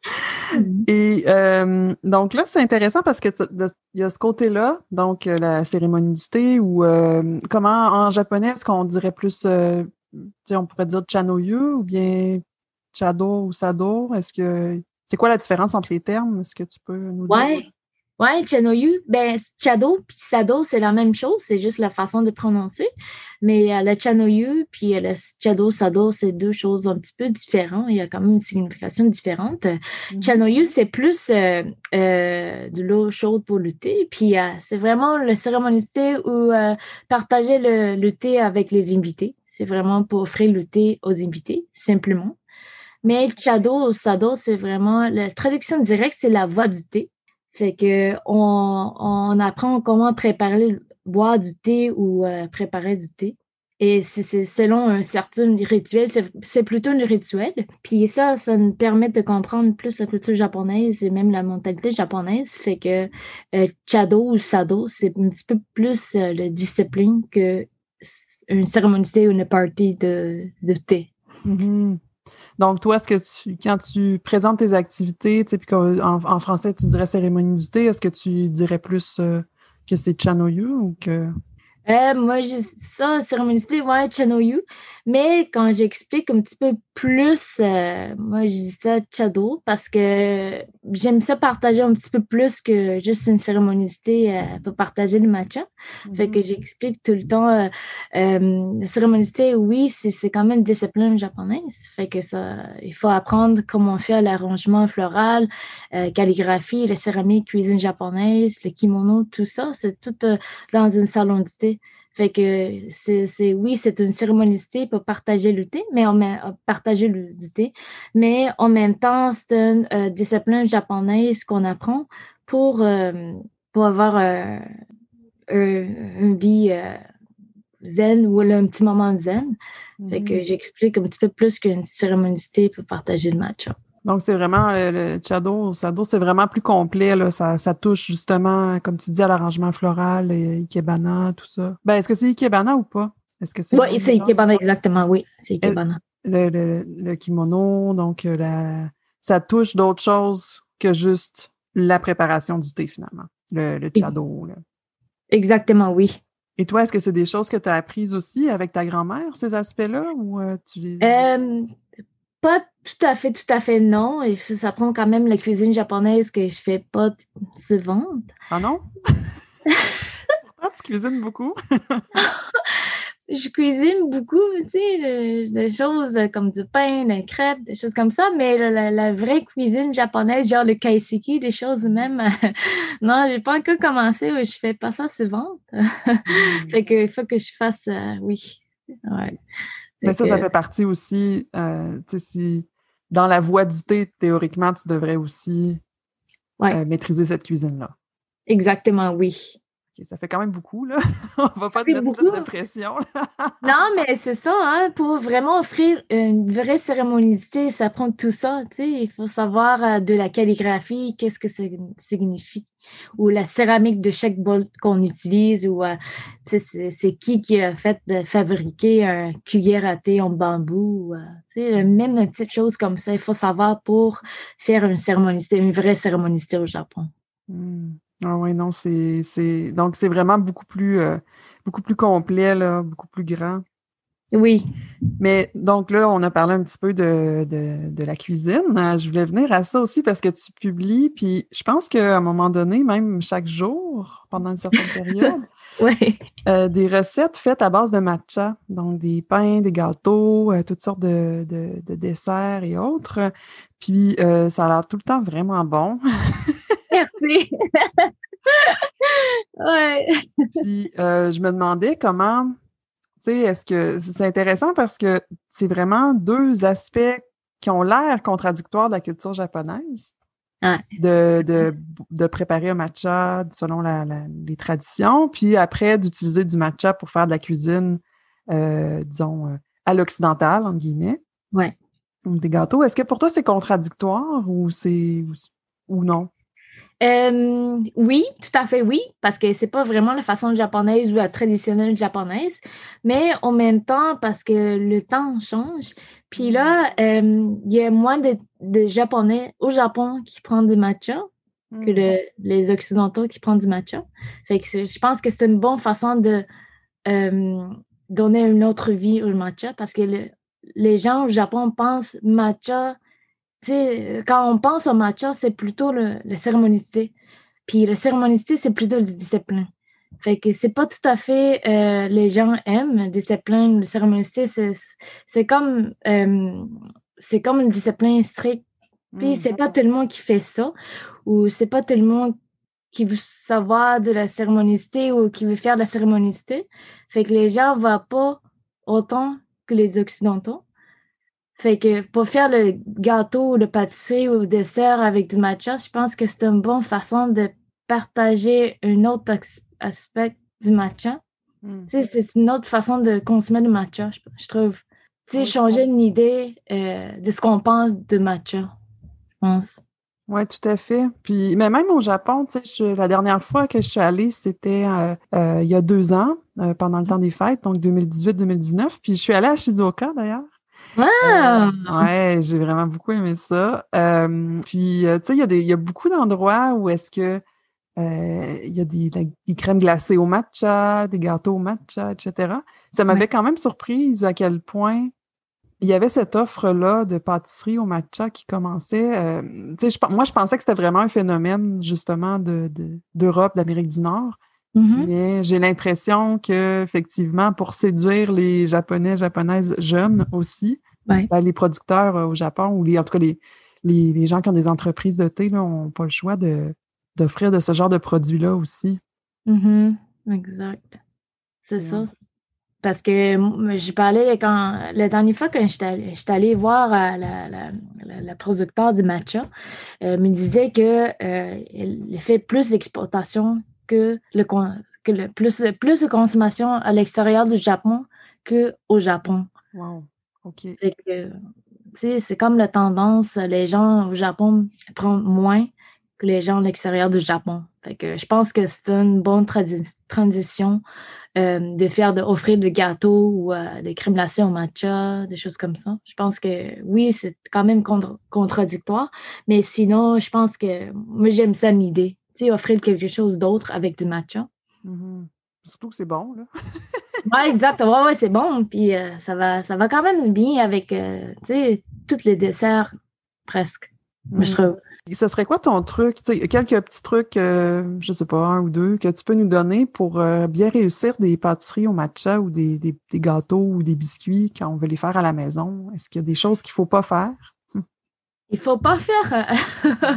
Mhm. Et euh, donc là, c'est intéressant parce que il y a ce côté-là, donc euh, la cérémonie du thé, ou euh, comment en japonais, est-ce qu'on dirait plus, euh, tu sais, on pourrait dire chanoyu ou bien chado ou sado? Est-ce que c'est quoi la différence entre les termes? Est-ce que tu peux nous dire? Ouais, ouais, Chanoyu, ben, Chado puis Sado, c'est la même chose, c'est juste la façon de prononcer. Mais euh, le Chanoyu puis euh, le Chado, Sado, c'est deux choses un petit peu différentes. Il y a quand même une signification différente. Mhm. Chanoyu, c'est plus euh, euh, de l'eau chaude pour le thé. Puis euh, c'est vraiment le cérémonie de thé où euh, partager le, le thé avec les invités. C'est vraiment pour offrir le thé aux invités, simplement. Mais Chado, Sado, c'est vraiment la traduction directe, c'est la voix du thé. Fait que on, on apprend comment préparer, boire du thé ou euh, préparer du thé. Et c'est c'est selon un certain rituel, c'est c'est plutôt un rituel. Puis ça, ça nous permet de comprendre plus la culture japonaise et même la mentalité japonaise. Fait que euh, Chado ou Sado, c'est un petit peu plus euh, la discipline que une cérémonie de thé ou une party de, de thé. Mhm. Donc, toi, est-ce que tu, quand tu présentes tes activités, tu sais, puis qu'en en français, tu dirais cérémonie du thé, est-ce que tu dirais plus euh, que c'est chanoyu ou que... Euh, moi, je dis ça, cérémonie, ouais, Chanoyu. Mais quand j'explique un petit peu plus, euh, moi, je dis ça Chado parce que j'aime ça partager un petit peu plus que juste une cérémonicité euh, pour partager le matcha. Fait que Mhm. j'explique tout le temps, euh, euh, la cérémonicité, oui, c'est, c'est quand même une discipline japonaise. Fait que ça, il faut apprendre comment faire l'arrangement floral, euh, calligraphie, la céramique, cuisine japonaise, le kimono, tout ça. C'est tout euh, dans un salon de thé. Fait que c'est, c'est oui, c'est une cérémonie du thé pour partager le thé, mais en même partager le du thé, mais en même temps, c'est une euh, discipline japonaise qu'on apprend pour, euh, pour avoir euh, un, une vie euh, zen ou un petit moment zen. Fait que Mhm. j'explique un petit peu plus qu'une cérémonie du thé pour partager le matcha. Donc, c'est vraiment euh, le chado, sado, c'est vraiment plus complet, là. Ça, ça touche justement, comme tu dis, à l'arrangement floral, et ikebana, tout ça. Ben, est-ce que c'est ikebana ou pas? Est-ce que c'est le Oui, même c'est genre? Ikebana, exactement, oui, c'est Euh, Ikebana. Le, le, le kimono, donc euh, la, ça touche d'autres choses que juste la préparation du thé, finalement. Le, le chado, là. Exactement, oui. Et toi, est-ce que c'est des choses que tu as apprises aussi avec ta grand-mère, ces aspects-là, ou euh, tu les... Euh, Pas tout à fait, tout à fait non. Et f- ça prend quand même la cuisine japonaise que je fais pas souvent. Ah non? Ah, tu cuisines beaucoup? Je cuisine beaucoup, tu sais, de- des choses comme du pain, des crêpes, des choses comme ça, mais la, la- la vraie cuisine japonaise, genre le kaiseki, des choses même, non, j'ai pas encore commencé, je fais pas ça souvent. Hmm. Fait que il faut que je fasse, euh, oui. Ouais. Mais Fait ça, ça que, fait partie aussi, euh, tu sais, si dans la voie du thé, théoriquement, tu devrais aussi ouais, euh, maîtriser cette cuisine-là. exactement, oui. Ok, ça fait quand même beaucoup, là. On va Ça pas te fait mettre plus beaucoup. de pression. Non, mais c'est ça, hein, pour vraiment offrir une vraie cérémonie, tu sais, ça prend tout ça, tu sais, il faut savoir euh, de la calligraphie, qu'est-ce que ça signifie, ou la céramique de chaque bol qu'on utilise, ou euh, tu sais, c'est c'est qui qui a fait de fabriquer un cuillère à thé en bambou, ou, euh, tu sais, même une petite chose comme ça, il faut savoir pour faire une cérémonie, une vraie cérémonie au Japon. Hmm. Ah oui, non, c'est, c'est... Donc, c'est vraiment beaucoup plus, euh, beaucoup plus complet, là, beaucoup plus grand. Oui. Mais donc là, on a parlé un petit peu de, de, de la cuisine. Euh, Je voulais venir à ça aussi parce que tu publies, puis je pense qu'à un moment donné, même chaque jour, pendant une certaine période, Ouais. euh, des recettes faites à base de matcha. Donc des pains, des gâteaux, euh, toutes sortes de, de, de desserts et autres. Puis euh, ça a l'air tout le temps vraiment bon. Merci. Ouais. Puis euh, je me demandais comment, tu sais, est-ce que c'est intéressant parce que c'est vraiment deux aspects qui ont l'air contradictoires de la culture japonaise. Ouais. De, de, de préparer un matcha selon la, la- les traditions, puis après d'utiliser du matcha pour faire de la cuisine, euh, disons, euh, à l'occidental, entre guillemets, Ouais. ou des gâteaux. Est-ce que pour toi c'est contradictoire ou c'est ou, ou non? Euh, oui, tout à fait oui, parce que c'est pas vraiment la façon japonaise ou la traditionnelle japonaise, mais en même temps, parce que le temps change, puis là, euh, il y a moins de, de Japonais au Japon qui prennent du matcha que Mm. le- les Occidentaux qui prennent du matcha. Fait que c'est- je pense que c'est une bonne façon de euh, donner une autre vie au matcha, parce que le- les gens au Japon pensent matcha, tu sais, quand on pense au matcha, c'est plutôt le, la cérémonicité. Puis la cérémonicité, c'est plutôt la discipline. Fait que c'est pas tout à fait euh, les gens aiment la discipline, la cérémonicité, c'est c'est comme euh, c'est comme une discipline stricte. Puis Mm. c'est pas tout le monde qui fait ça, ou c'est pas tout le monde qui veut savoir de la cérémonicité ou qui veut faire de la cérémonicité. Fait que les gens ne vont pas autant que les Occidentaux. Fait que pour faire le gâteau ou le pâtisserie ou le dessert avec du matcha, je pense que c'est une bonne façon de partager un autre ex- aspect du matcha. Mm. Tu sais, c'est une autre façon de consommer le matcha, je, je trouve. Tu sais, Oui. changer une idée euh, de ce qu'on pense de matcha, je pense. Oui, tout à fait. Puis, mais même au Japon, tu sais, je- la dernière fois que je suis allée, c'était euh, euh, il y a deux ans, euh, pendant le temps des fêtes, donc deux mille dix-huit deux mille dix-neuf. Puis, je suis allée à Shizuoka, d'ailleurs. Euh, Ah! ouais, j'ai vraiment beaucoup aimé ça. Euh, puis, euh, tu sais, il y a des, il y a beaucoup d'endroits où est-ce que euh, il y a des, la- des crèmes glacées au matcha, des gâteaux au matcha, et cetera. Ça m'avait Ouais. quand même surprise à quel point il y avait cette offre-là de pâtisserie au matcha qui commençait. Euh, tu sais, je pen- moi, je pensais que c'était vraiment un phénomène, justement, de, de- d'Europe, d'Amérique du Nord. Mhm. Mais j'ai l'impression que, effectivement, pour séduire les Japonais, Japonaises jeunes aussi, Ouais. ben, les producteurs euh, au Japon, ou les, en tout cas les, les, les gens qui ont des entreprises de thé, n'ont pas le choix de, d'offrir de ce genre de produits-là aussi. Mhm. Exact. C'est C'est, ça. Parce que moi, j'ai parlé quand la dernière fois que j'étais allée, j'étais allée voir euh, la, la, la, la producteur du matcha, euh, me disait que euh, elle fait plus d'exportation que le con- que le plus plus de consommation à l'extérieur du Japon qu'au Japon. wow, OK. Fait que, tu sais, c'est comme la tendance, les gens au Japon prennent moins que les gens à l'extérieur du Japon. Fait que je pense que c'est une bonne tradi- transition euh, de faire, de offrir des gâteaux ou euh, des crèmes glacées au matcha, des choses comme ça. Je pense que oui, c'est quand même contre- contradictoire, mais sinon, je pense que moi, j'aime ça l'idée. Tu sais, offrir quelque chose d'autre avec du matcha. Mhm. Surtout que c'est bon, là. Ouais, exact. Ouais, ouais, c'est bon. Puis euh, ça va, ça va quand même bien avec, euh, tu sais, tous les desserts, presque, moi, je Mhm. trouve. Et ce serait quoi ton truc? Tu sais, quelques petits trucs, euh, je sais pas, un ou deux, que tu peux nous donner pour euh, bien réussir des pâtisseries au matcha ou des, des, des gâteaux ou des biscuits quand on veut les faire à la maison? Est-ce qu'il y a des choses qu'il faut pas faire? Il faut pas faire. euh,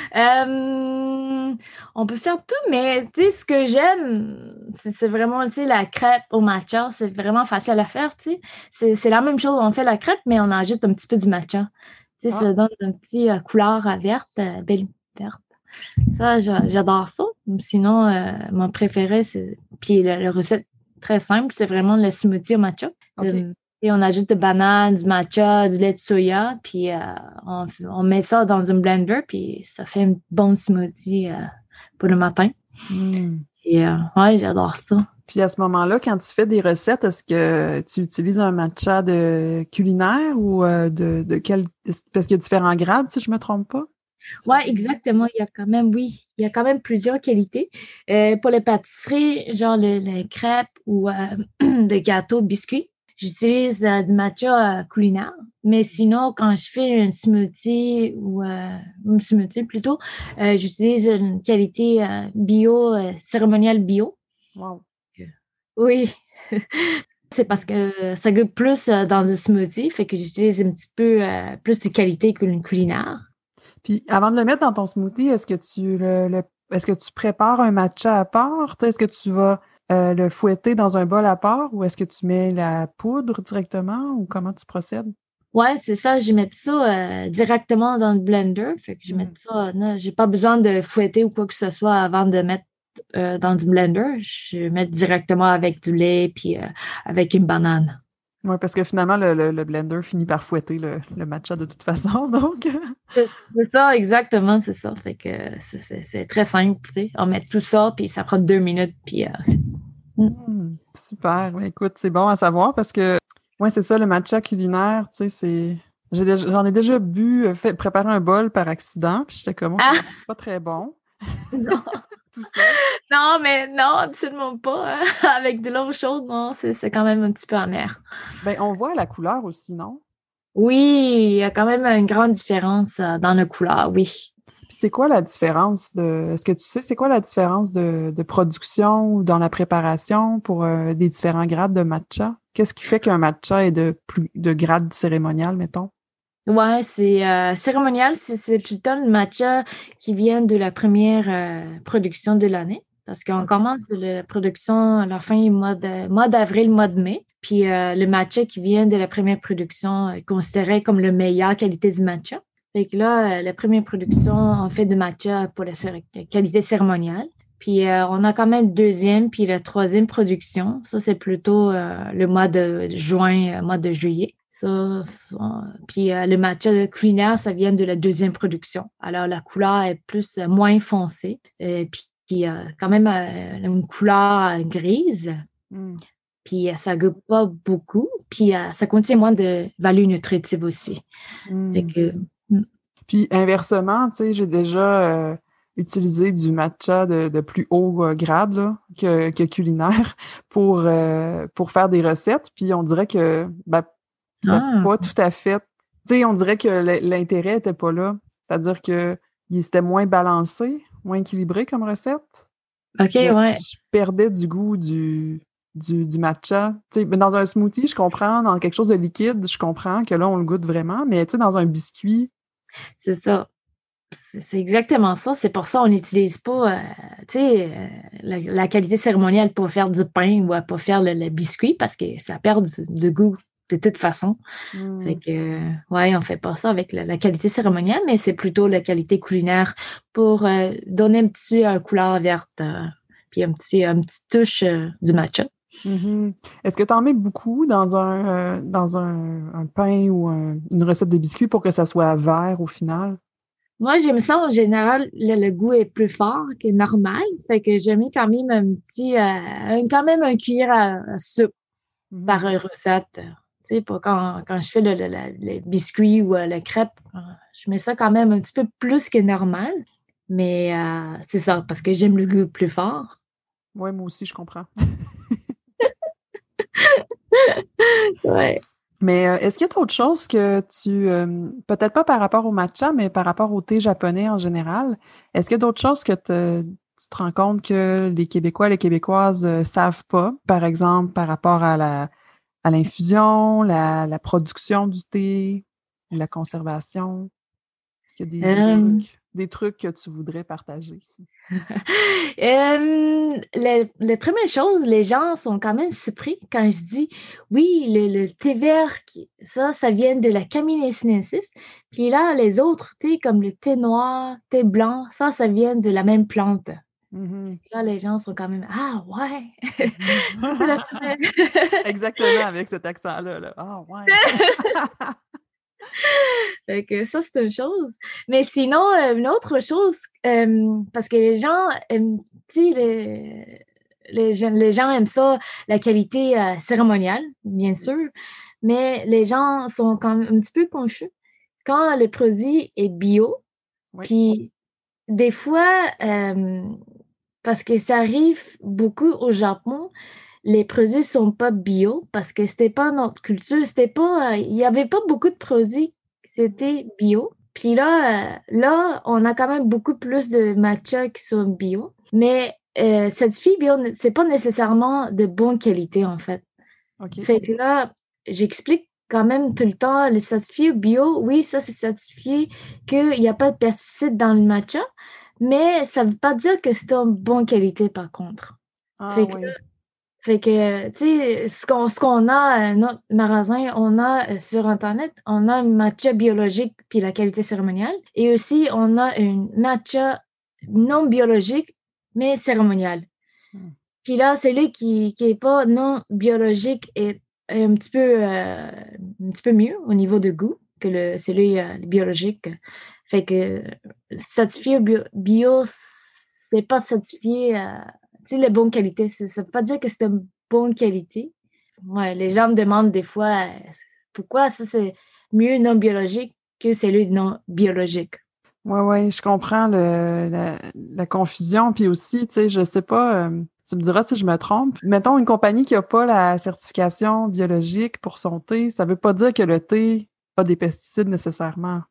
euh, on peut faire tout, mais tu sais, ce que j'aime, c'est c'est vraiment, tu sais, la crêpe au matcha. C'est vraiment facile à faire, tu sais. C'est c'est la même chose. On fait la crêpe, mais on ajoute un petit peu du matcha. Tu sais, Ah, ça donne un petit euh, couleur euh, verte, euh, belle verte. Ça, j'a- j'adore ça. Sinon, euh, mon préféré, c'est. Puis la, la recette très simple, c'est vraiment le smoothie au matcha. OK. Euh, et on ajoute de bananes, du matcha, du lait de soya, puis euh, on, on met ça dans un blender, puis ça fait un bon smoothie euh, pour le matin. Hmm. Et euh, ouais, j'adore ça. Puis à ce moment-là, quand tu fais des recettes, est-ce que tu utilises un matcha de culinaire ou euh, de, de quel... est-ce- Parce qu'il y a différents grades, si je me trompe pas? Ouais, exactement. Il y a quand même, oui, il y a quand même plusieurs qualités. Euh, pour les pâtisseries, genre le- les crêpes ou euh, des gâteaux, biscuits, j'utilise euh, du matcha euh, culinaire. Mais sinon, quand je fais un smoothie ou euh, un smoothie plutôt, euh, j'utilise une qualité euh, bio, euh, cérémoniale bio. Wow. Oui, c'est parce que ça goûte plus euh, dans du smoothie, fait que j'utilise un petit peu euh, plus de qualité cul- culinaire. Puis avant de le mettre dans ton smoothie, est-ce que tu le, le- est-ce que tu prépares un matcha à part? Tu sais, est-ce que tu vas euh, le fouetter dans un bol à part ou est-ce que tu mets la poudre directement ou comment tu procèdes? Ouais, c'est ça, je mets ça euh, directement dans le blender. Fait que je mets Hmm. ça, non, j'ai pas besoin de fouetter ou quoi que ce soit avant de mettre euh, dans du blender. Je mets directement avec du lait puis euh, avec une banane. Oui, parce que finalement, le, le, le blender finit par fouetter le, le matcha de toute façon, donc. C'est c'est ça, exactement, c'est ça. Fait que c'est c'est- c'est très simple, tu sais. On met tout ça, puis ça prend deux minutes, puis euh, c'est- Mm. Hmm, super. Ben, écoute, c'est bon à savoir parce que, ouais, c'est ça, le matcha culinaire, tu sais, c'est. J'ai déjà- J'en ai déjà bu, euh, fait préparer un bol par accident, puis j'étais comme, OK, Ah, c'est pas très bon, non, tout seul. non, mais non, absolument pas, hein. Avec de l'eau chaude, non, c'est c'est quand même un petit peu amer. Ben, on voit la couleur aussi, non? Oui, il y a quand même une grande différence euh, dans la couleur, oui. Puis c'est quoi la différence de. Est-ce que tu sais, c'est quoi la différence de, de production ou dans la préparation pour euh, des différents grades de matcha? Qu'est-ce qui fait qu'un matcha est de plus de grade cérémonial, mettons? Ouais, c'est euh, cérémonial, c'est c'est tout le temps le matcha qui vient de la première euh, production de l'année. Parce qu'on OK. commence la production à la fin du mois de- mois d'avril, mois de mai. Puis euh, le matcha qui vient de la première production est considéré comme la meilleure qualité du matcha. Fait que là, euh, la première production, on fait de matcha pour la céré- qualité cérémoniale. Puis euh, on a quand même deuxième, puis la troisième production. Ça, c'est plutôt euh, le mois de juin, euh, mois de juillet. Ça, ça- puis euh, le matcha culinaire, ça vient de la deuxième production. Alors la couleur est plus euh, moins foncée. Euh, puis puis, euh, quand même euh, une couleur euh, grise. Hmm. Puis euh, ça goûte pas beaucoup. Puis euh, ça contient moins de valeur nutritive aussi. Fait Hmm. que, mm. Puis inversement, tu sais, j'ai déjà euh, utilisé du matcha de, de plus haut euh, grade là, que, que culinaire pour, euh, pour faire des recettes. Puis on dirait que ben, ça n'a Ah, pas tout à fait. Tu sais, on dirait que l- l'intérêt n'était pas là. C'est-à-dire que il était moins balancé, moins équilibré comme recette. OK, Mais ouais. je perdais du goût du, du, du matcha. Tu sais, mais dans un smoothie, je comprends. Dans quelque chose de liquide, je comprends que là, on le goûte vraiment. Mais tu sais, dans un biscuit, C'est ça. C'est c'est exactement ça. C'est pour ça qu'on n'utilise pas, euh, tu sais, euh, la, la qualité cérémoniale pour faire du pain ou pour faire le, le biscuit parce que ça perd du, de goût de toute façon. Fait hmm, que, euh, ouais, on fait pas ça avec la, la qualité cérémoniale, mais c'est plutôt la qualité culinaire pour euh, donner un petit euh, couleur verte, euh, puis un petit, un petit touche euh, du matcha. mhm. Est-ce que tu en mets beaucoup dans un, euh, dans un, un pain ou un- une recette de biscuit pour que ça soit vert au final? Moi, j'aime ça en général, le, le goût est plus fort que normal. Fait que j'ai mis quand même un petit, euh, un- quand même un cuillère à, à soupe par Mhm. recette. euh, Tu sais, pour quand, quand je fais le, le, le- le biscuit ou euh, le crêpe, euh, je mets ça quand même un petit peu plus que normal. Mais euh, c'est ça, parce que j'aime le goût plus fort. Oui, moi aussi, je comprends. Ouais. Mais euh, est-ce qu'il y a d'autres choses que tu, euh, peut-être pas par rapport au matcha, mais par rapport au thé japonais en général, est-ce qu'il y a d'autres choses que te- tu te rends compte que les Québécois, les Québécoises euh, savent pas, par exemple, par rapport à la, à l'infusion, la, la production du thé, la conservation? Est-ce qu'il y a des, des Euh, trucs, des trucs que tu voudrais partager? Euh, les, les premières choses, les gens sont quand même surpris quand je dis oui, le, le thé vert, qui- ça, ça vient de la Camellia sinensis. Puis là, les autres thés comme le thé noir, thé blanc, ça, ça vient de la même plante. Mhm. Là, les gens sont quand même ah ouais, Mhm. c'est la première. Exactement, avec cet accent-là. Là. Ah, ouais. Fait que ça, c'est une chose. Mais sinon, euh, une autre chose, euh, parce que les gens aiment, tu sais, les, les, gens, les gens aiment ça, la qualité euh, cérémoniale, bien sûr, mais les gens sont quand même un petit peu confus. Quand le produit est bio, Oui. puis des fois, euh, parce que ça arrive beaucoup au Japon, les produits sont pas bio parce que c'était pas notre culture, c'était pas, euh, il y avait pas beaucoup de produits qui étaient bio. Puis là, euh, là, on a quand même beaucoup plus de matcha qui sont bio, mais euh, cette fille bio, c'est pas nécessairement de bonne qualité en fait. OK. Fait que là, j'explique quand même tout le temps, le certifié bio, oui, ça c'est certifié qu'il n'y a pas de pesticides dans le matcha, mais ça ne veut pas dire que c'est en bonne qualité par contre. Ah, Fait que, oui. fait que tu sais, ce qu'on, ce qu'on a à notre magasin, on a euh, sur Internet, on a un matcha biologique puis la qualité cérémoniale, et aussi on a une matcha non biologique, mais cérémoniale. Hmm. Puis là, celui qui qui est pas non biologique et un petit peu, euh, un petit peu mieux au niveau de goût que le, celui euh, biologique. Fait que certifié bio, bio c'est pas certifié, euh, tu sais, les bonnes qualités. Ça ne veut pas dire que c'est une bonne qualité. Ouais, les gens me demandent des fois euh, pourquoi ça c'est mieux non biologique que celui non biologique. Oui, oui, je comprends le, la, la confusion. Puis aussi, tu sais, je sais pas, euh, tu me diras si je me trompe. Mettons une compagnie qui n'a pas la certification biologique pour son thé, ça veut pas dire que le thé a des pesticides nécessairement.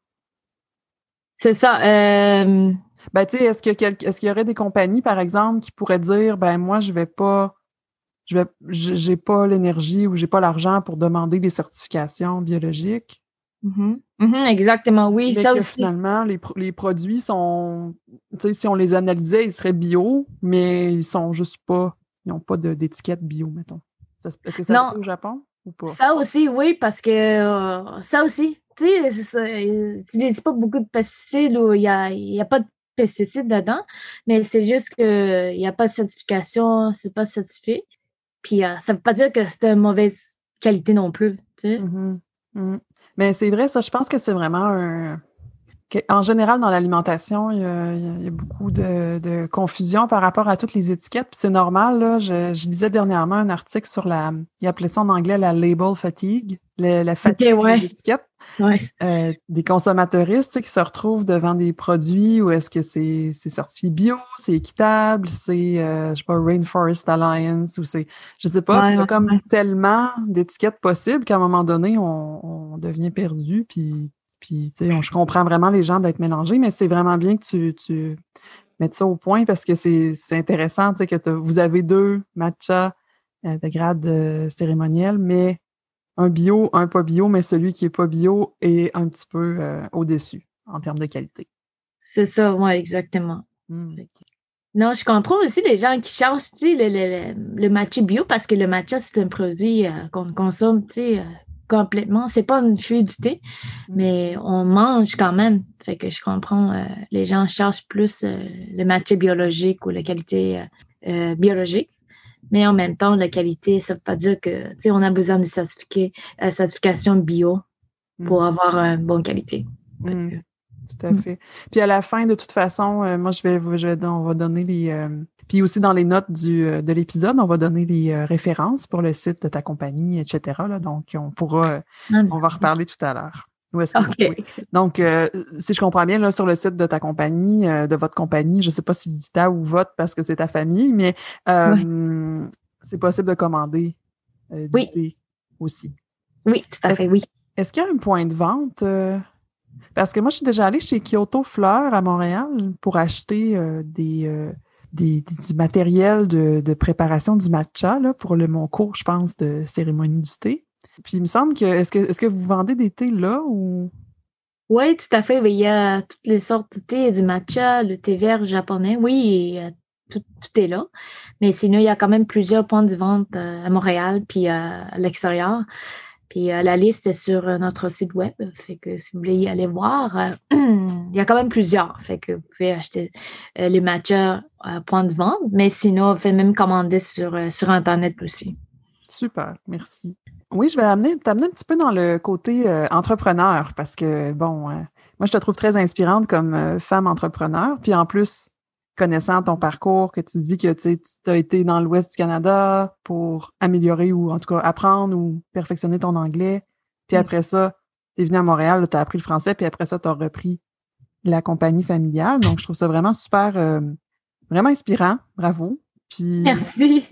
C'est ça. Euh, Ben, tu sais, est-ce que quel- est-ce qu'il y aurait des compagnies, par exemple, qui pourraient dire, ben moi, je vais pas, je vais, j'ai pas l'énergie ou j'ai pas l'argent pour demander des certifications biologiques? mhm, mhm, exactement, oui, Mais ça que aussi. finalement, les, pro- les produits sont, tu sais, si on les analysait, ils seraient bio, mais ils sont juste pas, ils n'ont pas de- d'étiquette bio, mettons. Ça se- Est-ce que ça se Non, fait au Japon ou pas? ça aussi, oui, parce que euh, ça aussi, tu sais, c'est ça, euh, tu n'utilises pas beaucoup de pesticides ou il n'y a, il y a pas de pesticides dedans, mais c'est juste qu'il n'y a pas de certification, c'est pas certifié. Puis euh, ça ne veut pas dire que c'est de mauvaise qualité non plus, tu sais. Mhm. Mhm. Mais c'est vrai, ça, je pense que c'est vraiment un, que- en général, dans l'alimentation, il y a, il y a- il y a beaucoup de, de confusion par rapport à toutes les étiquettes. Puis c'est normal, là. Je, je lisais dernièrement un article sur la, il appelait ça en anglais la label fatigue, le- la OK, fatigue des ouais. étiquettes. Ouais. Euh, des consommateuristes, tu sais, qui se retrouvent devant des produits où est-ce que c'est c'est certifié bio, c'est équitable, c'est, euh, je sais pas, Rainforest Alliance ou c'est, je sais pas, puis Ouais, il y a ouais, comme ouais. tellement d'étiquettes possibles qu'à un moment donné, on, on devient perdu, puis, puis tu sais, on- je comprends vraiment les gens d'être mélangés, mais c'est vraiment bien que tu, tu mettes ça au point parce que c'est c'est intéressant, tu sais, que t'as- vous avez deux matchas euh, de grade euh, cérémoniel, mais un bio, un pas bio, mais celui qui est pas bio est un petit peu euh, au-dessus en termes de qualité. C'est ça, ouais, exactement. Mm. Fait que- Non, je comprends aussi les gens qui cherchent, tu sais, le, le, le, le matcha bio parce que le matcha, c'est un produit euh, qu'on consomme, tu sais, euh, complètement. C'est pas une fluidité, Mm. mais on mange quand même. Fait que je comprends, euh, les gens cherchent plus euh, le matcha biologique ou la qualité euh, euh, biologique. Mais en même temps, la qualité, ça ne veut pas dire que, tu sais, on a besoin de certifier, euh, certification bio pour Mm. avoir une bonne qualité. Fait Mm. que, Tout à mm. fait. Puis à la fin, de toute façon, euh, moi, je vais, je vais- on va donner les. euh, puis aussi dans les notes du, euh, de l'épisode, on va donner les euh, références pour le site de ta compagnie, et cetera là. Donc, on pourra, euh, Ah, on va merci. reparler tout à l'heure. Où est-ce que vous OK, pouvez. excellent. Donc, euh, si je comprends bien, là, sur le site de ta compagnie, euh, de votre compagnie, je ne sais pas si vous dites ta ou votre parce que c'est ta famille, mais Ouais. euh, c'est possible de commander euh, du Oui, thé aussi. oui, tout à Est-ce, fait, oui. est-ce qu'il y a un point de vente? euh, parce que moi, je suis déjà allée chez Kyoto Fleurs à Montréal pour acheter euh, des, euh, des, des- du matériel de, de préparation du matcha là, pour le, mon cours, je pense, de cérémonie du thé. Puis il me semble que est-ce que est-ce que vous vendez des thés là ou Oui, tout à fait. Oui, il y a toutes les sortes de thé, il y a du matcha, le thé vert japonais. Oui, et, euh, tout, tout est là. Mais sinon, il y a quand même plusieurs points de vente euh, à Montréal puis euh, à l'extérieur. Puis euh, la liste est sur euh, notre site web. Fait que si vous voulez y aller voir, euh, il y a quand même plusieurs. Fait que vous pouvez acheter euh, les matchas à point de vente. Mais sinon, on fait même commander sur, euh, sur Internet aussi. super, merci. Oui, je vais amener, t'amener un petit peu dans le côté euh, entrepreneur parce que, bon, euh, moi, je te trouve très inspirante comme euh, femme entrepreneur. Puis en plus, connaissant ton parcours, que tu dis que tu as été dans l'Ouest du Canada pour améliorer ou en tout cas apprendre ou perfectionner ton anglais. Puis Oui. après ça, tu es venu à Montréal, tu as appris le français, puis après ça, tu as repris la compagnie familiale. Donc, je trouve ça vraiment super, euh, vraiment inspirant. Bravo. Puis, Merci.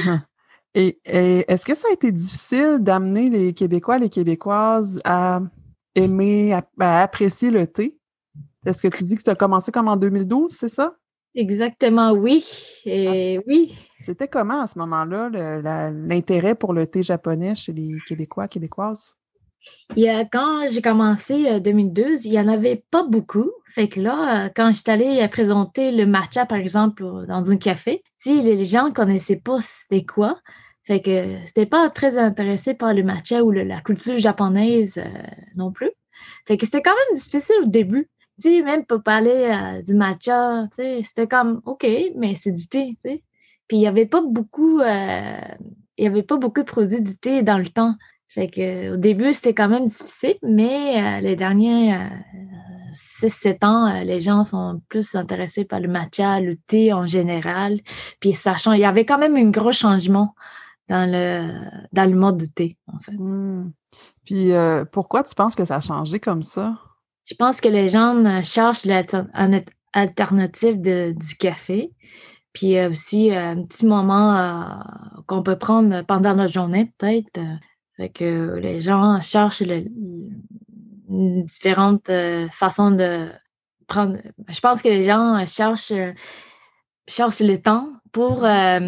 Et, et est-ce que ça a été difficile d'amener les Québécois, les Québécoises à aimer, à, à apprécier le thé? Est-ce que tu dis que tu as commencé comme en deux mille douze, c'est ça? Exactement, oui. Ah, c- Et oui. c'était comment à ce moment-là, le- la- l'intérêt pour le thé japonais chez les Québécois, Québécoises? Il y a, quand j'ai commencé en deux mille douze, il n'y en avait pas beaucoup. Fait que là, euh, quand je suis allée euh, présenter le matcha, par exemple, au- dans un café, si les gens ne connaissaient pas c'était quoi. Fait que c'était pas très intéressé par le matcha ou le- la culture japonaise euh, non plus. Fait que c'était quand même difficile au début. Tu sais, même pour parler euh, du matcha, tu sais, c'était comme OK, mais c'est du thé, tu sais. Puis il n'y avait pas beaucoup. euh, il n'y avait pas beaucoup de produits du thé dans le temps. Fait que, au début, c'était quand même difficile, mais euh, les derniers euh, six sept ans, euh, les gens sont plus intéressés par le matcha, le thé en général. Puis ça change. Il y avait quand même un gros changement dans le, dans le mode du thé, en fait. Mm. Puis euh, pourquoi tu penses que ça a changé comme ça? Je pense que les gens euh, cherchent l'alternative de, du café. Puis euh, aussi, euh, un petit moment euh, qu'on peut prendre pendant la journée, peut-être. Euh, fait que les gens cherchent le, une différente euh, façon de prendre. Je pense que les gens cherchent, euh, cherchent le temps pour euh,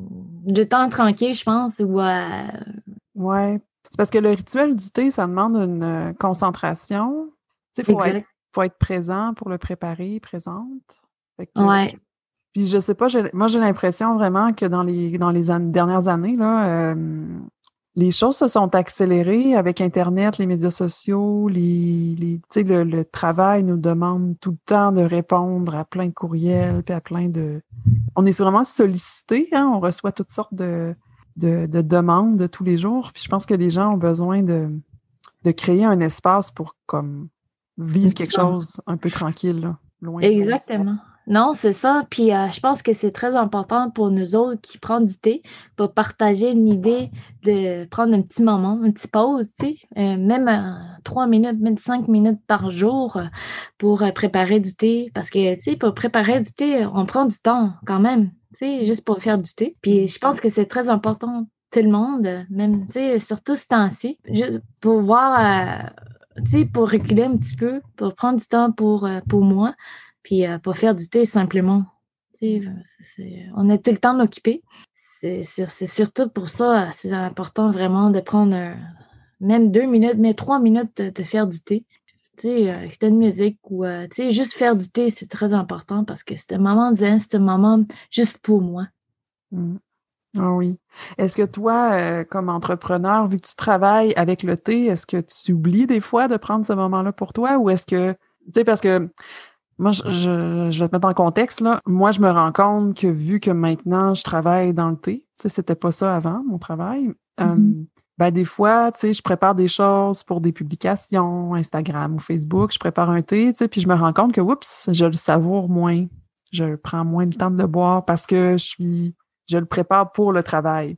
le temps tranquille, je pense. Ou, euh, Ouais. C'est parce que le rituel du thé, ça demande une euh, concentration. Tu sais, il faut être, exact. faut être présent pour le préparer, présente. Fait que, Ouais. puis je sais pas, j'ai- moi j'ai l'impression vraiment que dans les dans les an- dernières années, là, euh, les choses se sont accélérées avec Internet, les médias sociaux, les, les tu sais, le, le travail nous demande tout le temps de répondre à plein de courriels, puis à plein de. On est vraiment sollicité, hein, on reçoit toutes sortes de, de, de demandes de tous les jours. Puis je pense que les gens ont besoin de, de créer un espace pour comme vivre quelque chose un peu tranquille, là, loin du monde. Exactement. Non, c'est ça. Puis euh, je pense que c'est très important pour nous autres qui prennent du thé pour partager une idée de prendre un petit moment, une petite pause, tu sais, euh, même euh, trois minutes, même cinq minutes par jour euh, pour euh, préparer du thé. Parce que, tu sais, pour préparer du thé, on prend du temps quand même, tu sais, juste pour faire du thé. Puis je pense que c'est très important, tout le monde, euh, même, tu sais, surtout ce temps-ci, juste pour voir, euh, tu sais, pour reculer un petit peu, pour prendre du temps pour, euh, pour moi. Puis euh, pas faire du thé simplement. Tu sais, c'est- on est tout le temps occupé. C'est sur- c'est surtout pour ça, c'est important vraiment de prendre un- même deux minutes, mais trois minutes de, de faire du thé. Tu sais, euh, écouter une musique ou euh, tu sais, juste faire du thé, c'est très important parce que c'est un moment zen, c'est un moment juste pour moi. Mm. Ah oui. Est-ce que toi, euh, comme entrepreneur, vu que tu travailles avec le thé, est-ce que tu oublies des fois de prendre ce moment-là pour toi ou est-ce que, tu sais, parce que moi, je, je, je vais te mettre en contexte, là. Moi, je me rends compte que vu que maintenant, je travaille dans le thé, tu sais, c'était pas ça avant, mon travail, euh, Mhm. ben, des fois, tu sais, je prépare des choses pour des publications, Instagram ou Facebook, je prépare un thé, tu sais, puis je me rends compte que, oups, je le savoure moins. Je prends moins le temps de le boire parce que je suis, je le prépare pour le travail.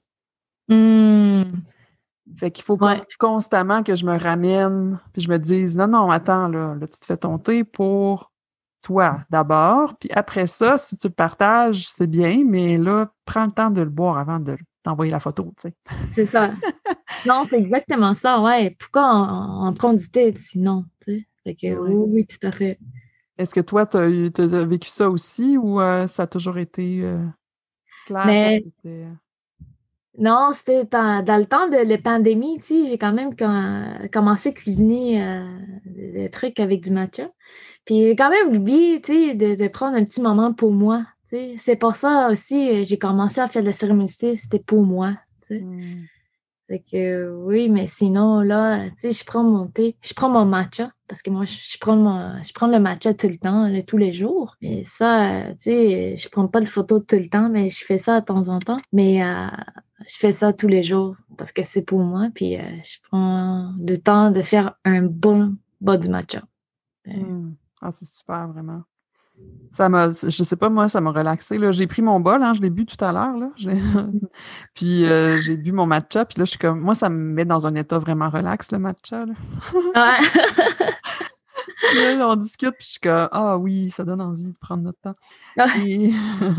Hmm. Fait qu'il faut Ouais. comme constamment que je me ramène, puis je me dise, non, non, attends, là, là, tu te fais ton thé pour toi d'abord, puis après ça, si tu le partages, c'est bien, mais là, prends le temps de le boire avant de t'envoyer la photo, tu sais. C'est ça. Non, c'est exactement ça, ouais. Pourquoi on, on prend du thé sinon, tu sais? Fait que Ouais. oui, oui, tout à fait. Est-ce que toi, tu as vécu ça aussi ou euh, ça a toujours été euh, clair que Mais c'était. non, c'était dans, dans le temps de la pandémie, tu sais, j'ai quand même com- commencé à cuisiner euh, des trucs avec du matcha. Puis j'ai quand même oublié, tu sais, de, de prendre un petit moment pour moi, tu sais. C'est pour ça aussi, euh, j'ai commencé à faire de la cérémonie, c'était pour moi, tu sais. Hmm. Fait que euh, oui, mais sinon, là, tu sais, je prends mon thé, je prends mon matcha, parce que moi, je, je prends mon, je prends le matcha tout le temps, là, tous les jours. Et ça, euh, tu sais, je prends pas de photos tout le temps, mais je fais ça de temps en temps. Mais euh, je fais ça tous les jours, parce que c'est pour moi, puis euh, je prends le temps de faire un bon bas du matcha. Euh, Hmm. Ah, c'est super, vraiment. Ça m'a, je sais pas, moi, ça m'a relaxé, là. J'ai pris mon bol, hein, je l'ai bu tout à l'heure, là. J'ai- Puis euh, j'ai bu mon matcha, puis là, je suis comme, moi, ça me met dans un état vraiment relax, le matcha, là. Ouais. Puis là, on discute, puis je suis comme, ah oui, ça donne envie de prendre notre temps. Et,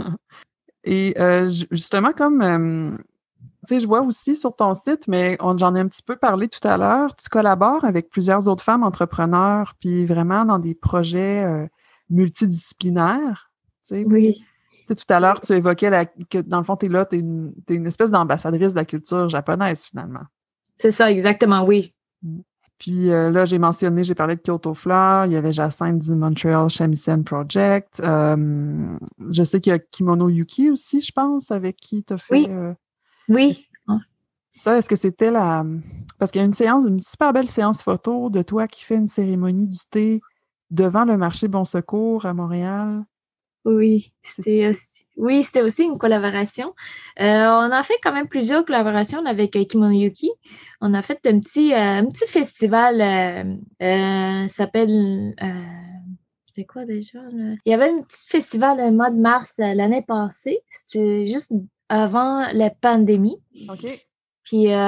et euh, ju- justement, comme, euh, tu sais, je vois aussi sur ton site, mais on, j'en ai un petit peu parlé tout à l'heure, tu collabores avec plusieurs autres femmes entrepreneurs, puis vraiment dans des projets euh, multidisciplinaires, tu sais. Oui, Tu sais, tout à l'heure, tu évoquais la, que dans le fond, tu es là, tu es une, t'es une espèce d'ambassadrice de la culture japonaise, finalement. c'est ça, exactement, oui. Mm. Puis euh, là, j'ai mentionné, j'ai parlé de Kyoto Fleur, il y avait Jacinthe du Montreal Shamisen Project. Euh, je sais qu'il y a Kimono Yuki aussi, je pense, avec qui tu as fait. Oui, euh, est-ce- oui. ça, est-ce que c'était la. Parce qu'il y a une séance, une super belle séance photo de toi qui fait une cérémonie du thé devant le marché Bon Secours à Montréal. Oui, c'était aussi, oui, c'était aussi une collaboration. Euh, on a fait quand même plusieurs collaborations avec euh, Kimono Yuki. On a fait un petit, euh, un petit festival, euh, euh, ça s'appelle, euh, c'était quoi déjà, là? Il y avait un petit festival le mois de mars euh, l'année passée. C'était juste avant la pandémie. OK. Puis euh,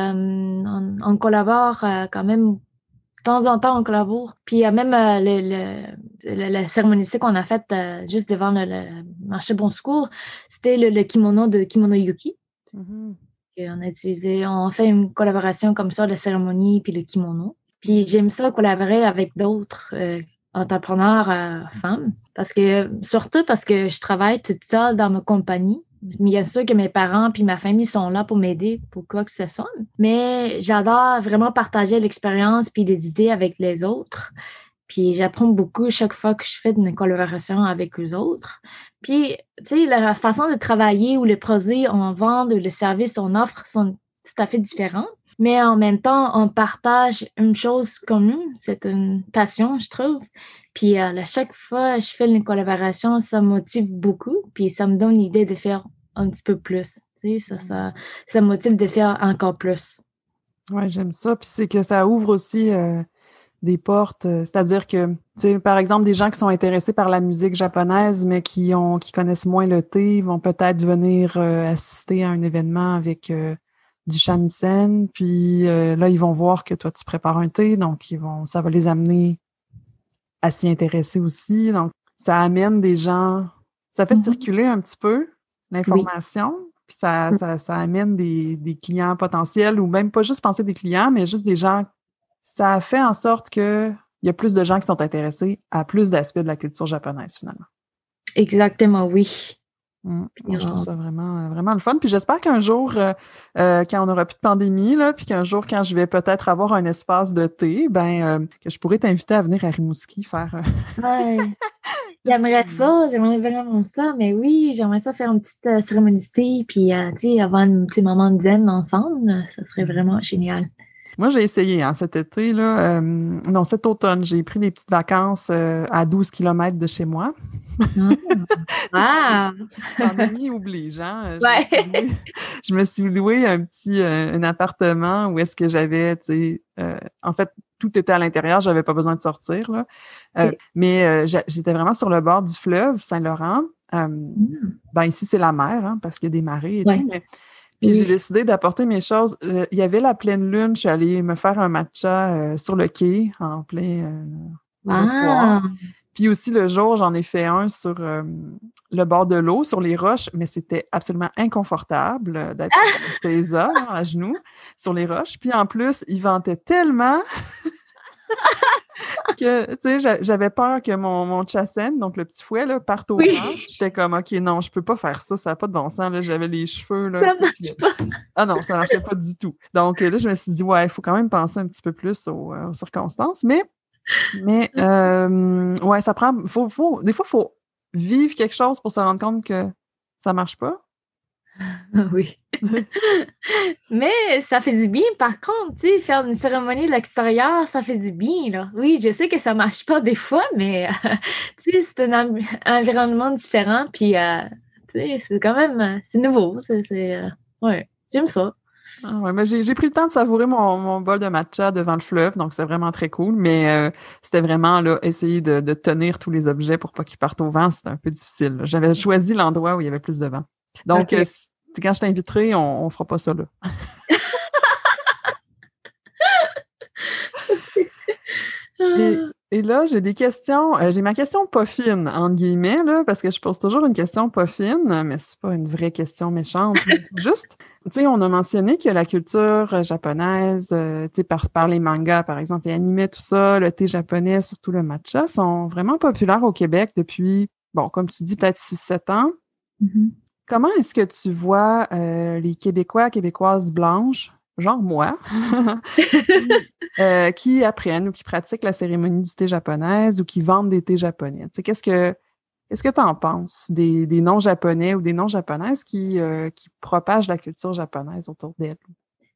on, on collabore euh, quand même de temps en temps, on collabore. Puis euh, même euh, le, le- le- la cérémonie qu'on a faite euh, juste devant le, le marché Bon Secours, c'était le, le kimono de Kimono Yuki. Mhm. Et on a utilisé, on fait une collaboration comme ça, la cérémonie puis le kimono. Puis Mhm. j'aime ça collaborer avec d'autres euh, entrepreneurs euh, femmes. Parce que, surtout parce que je travaille toute seule dans ma compagnie. Bien sûr que mes parents puis ma famille sont là pour m'aider pour quoi que ce soit. Mais j'adore vraiment partager l'expérience puis les idées avec les autres. Puis j'apprends beaucoup chaque fois que je fais une collaboration avec les autres. Puis, tu sais, la façon de travailler ou les produits on vend ou les services on offre sont tout à fait différents. Mais en même temps, on partage une chose commune. C'est une passion, je trouve. Puis euh, à chaque fois que je fais une collaboration, ça me motive beaucoup. Puis ça me donne l'idée de faire un petit peu plus. Tu sais, ça, ça, ça me motive de faire encore plus. Ouais, j'aime ça. Puis c'est que ça ouvre aussi euh, des portes. euh, C'est-à-dire que, tu sais, par exemple, des gens qui sont intéressés par la musique japonaise, mais qui ont qui connaissent moins le thé, vont peut-être venir euh, assister à un événement avec euh, du shamisen. Puis euh, là, ils vont voir que toi, tu prépares un thé, donc ils vont, ça va les amener à s'y intéresser aussi. Donc, ça amène des gens, ça fait Mhm. circuler un petit peu Oui. l'information, puis ça, ça, ça amène des, des clients potentiels, ou même pas juste penser des clients, mais juste des gens. Ça fait en sorte que il y a plus de gens qui sont intéressés à plus d'aspects de la culture japonaise, finalement. Exactement, oui. Mm. Puis, Moi, je trouve euh, ça vraiment, euh, vraiment le fun. Puis j'espère qu'un jour, euh, euh, quand on n'aura plus de pandémie, là, puis qu'un jour, quand je vais peut-être avoir un espace de thé, ben, euh, que je pourrais t'inviter à venir à Rimouski faire euh, ouais. une J'aimerais cérémonie. ça, j'aimerais vraiment ça, mais oui, j'aimerais ça faire une petite euh, cérémonie de thé, puis euh, tu sais, avoir un petit moment de zen ensemble, euh, ça serait vraiment génial. Moi, j'ai essayé hein, cet été, là, euh, non, cet automne, j'ai pris des petites vacances euh, à douze kilomètres de chez moi. Tu sais, pandé- Ah, wow! pandémie oblige, hein? euh, Je me suis Ouais. loué, je me suis loué un petit euh, un appartement où est-ce que j'avais, tu sais, euh, en fait, tout était à l'intérieur, j'avais pas besoin de sortir, là. Euh, Ok. mais euh, j'a- j'étais vraiment sur le bord du fleuve Saint-Laurent. Euh, Mm. ben ici, c'est la mer, hein, parce qu'il y a des marées et tout, Ouais, mais puis j'ai oui. décidé d'apporter mes choses. Euh, il y avait la pleine lune, je suis allée me faire un matcha euh, sur le quai en plein euh, le soir. Wow! Puis aussi le jour, j'en ai fait un sur euh, le bord de l'eau, sur les roches, mais c'était absolument inconfortable euh, d'être ces là, à genoux sur les roches. Puis en plus, il ventait tellement que, tu sais, j'a- j'avais peur que mon, mon chasen, donc le petit fouet, là, parte au vent. Oui, J'étais comme, OK, non, je peux pas faire ça, ça n'a pas de bon sens, là. J'avais les cheveux, là, ça tu sais, puis marche pas. ah non, ça marchait pas du tout. Donc euh, là, je me suis dit, ouais, il faut quand même penser un petit peu plus aux, euh, aux circonstances. Mais, mais euh, ouais, ça prend. Faut, faut, des fois, il faut vivre quelque chose pour se rendre compte que ça marche pas. Oui. Mais ça fait du bien, par contre, tu sais, faire une cérémonie de l'extérieur, ça fait du bien, là. Oui, je sais que ça marche pas des fois, mais euh, tu sais, c'est un amb- environnement différent, puis euh, tu sais, c'est quand même, euh, c'est nouveau, c'est, c'est, euh, ouais, j'aime ça. Ah ouais, mais j'ai, j'ai pris le temps de savourer mon, mon bol de matcha devant le fleuve, donc c'est vraiment très cool. Mais euh, c'était vraiment là, essayer de, de tenir tous les objets pour pas qu'ils partent au vent, c'était un peu difficile, là. J'avais choisi l'endroit où il y avait plus de vent. Donc, euh, OK. si- quand je t'inviterai, on, on fera pas ça là. Et, Ah, et là, j'ai des questions. euh, j'ai ma question pas fine, entre guillemets, là, parce que je pose toujours une question pas fine, mais c'est pas une vraie question méchante. Mais c'est juste, tu sais, on a mentionné que la culture euh, japonaise, euh, tu sais, par, par les mangas, par exemple, les animés, tout ça, le thé japonais, surtout le matcha, sont vraiment populaires au Québec depuis, bon, comme tu dis, peut-être six sept ans. mhm. Comment est-ce que tu vois euh, les Québécois, Québécoises blanches, genre moi, qui, euh, qui apprennent ou qui pratiquent la cérémonie du thé japonaise ou qui vendent des thés japonais? Tu sais, qu'est-ce que qu'est-ce que tu en penses des, des non-japonais ou des non-japonaises qui, euh, qui propagent la culture japonaise autour d'elles?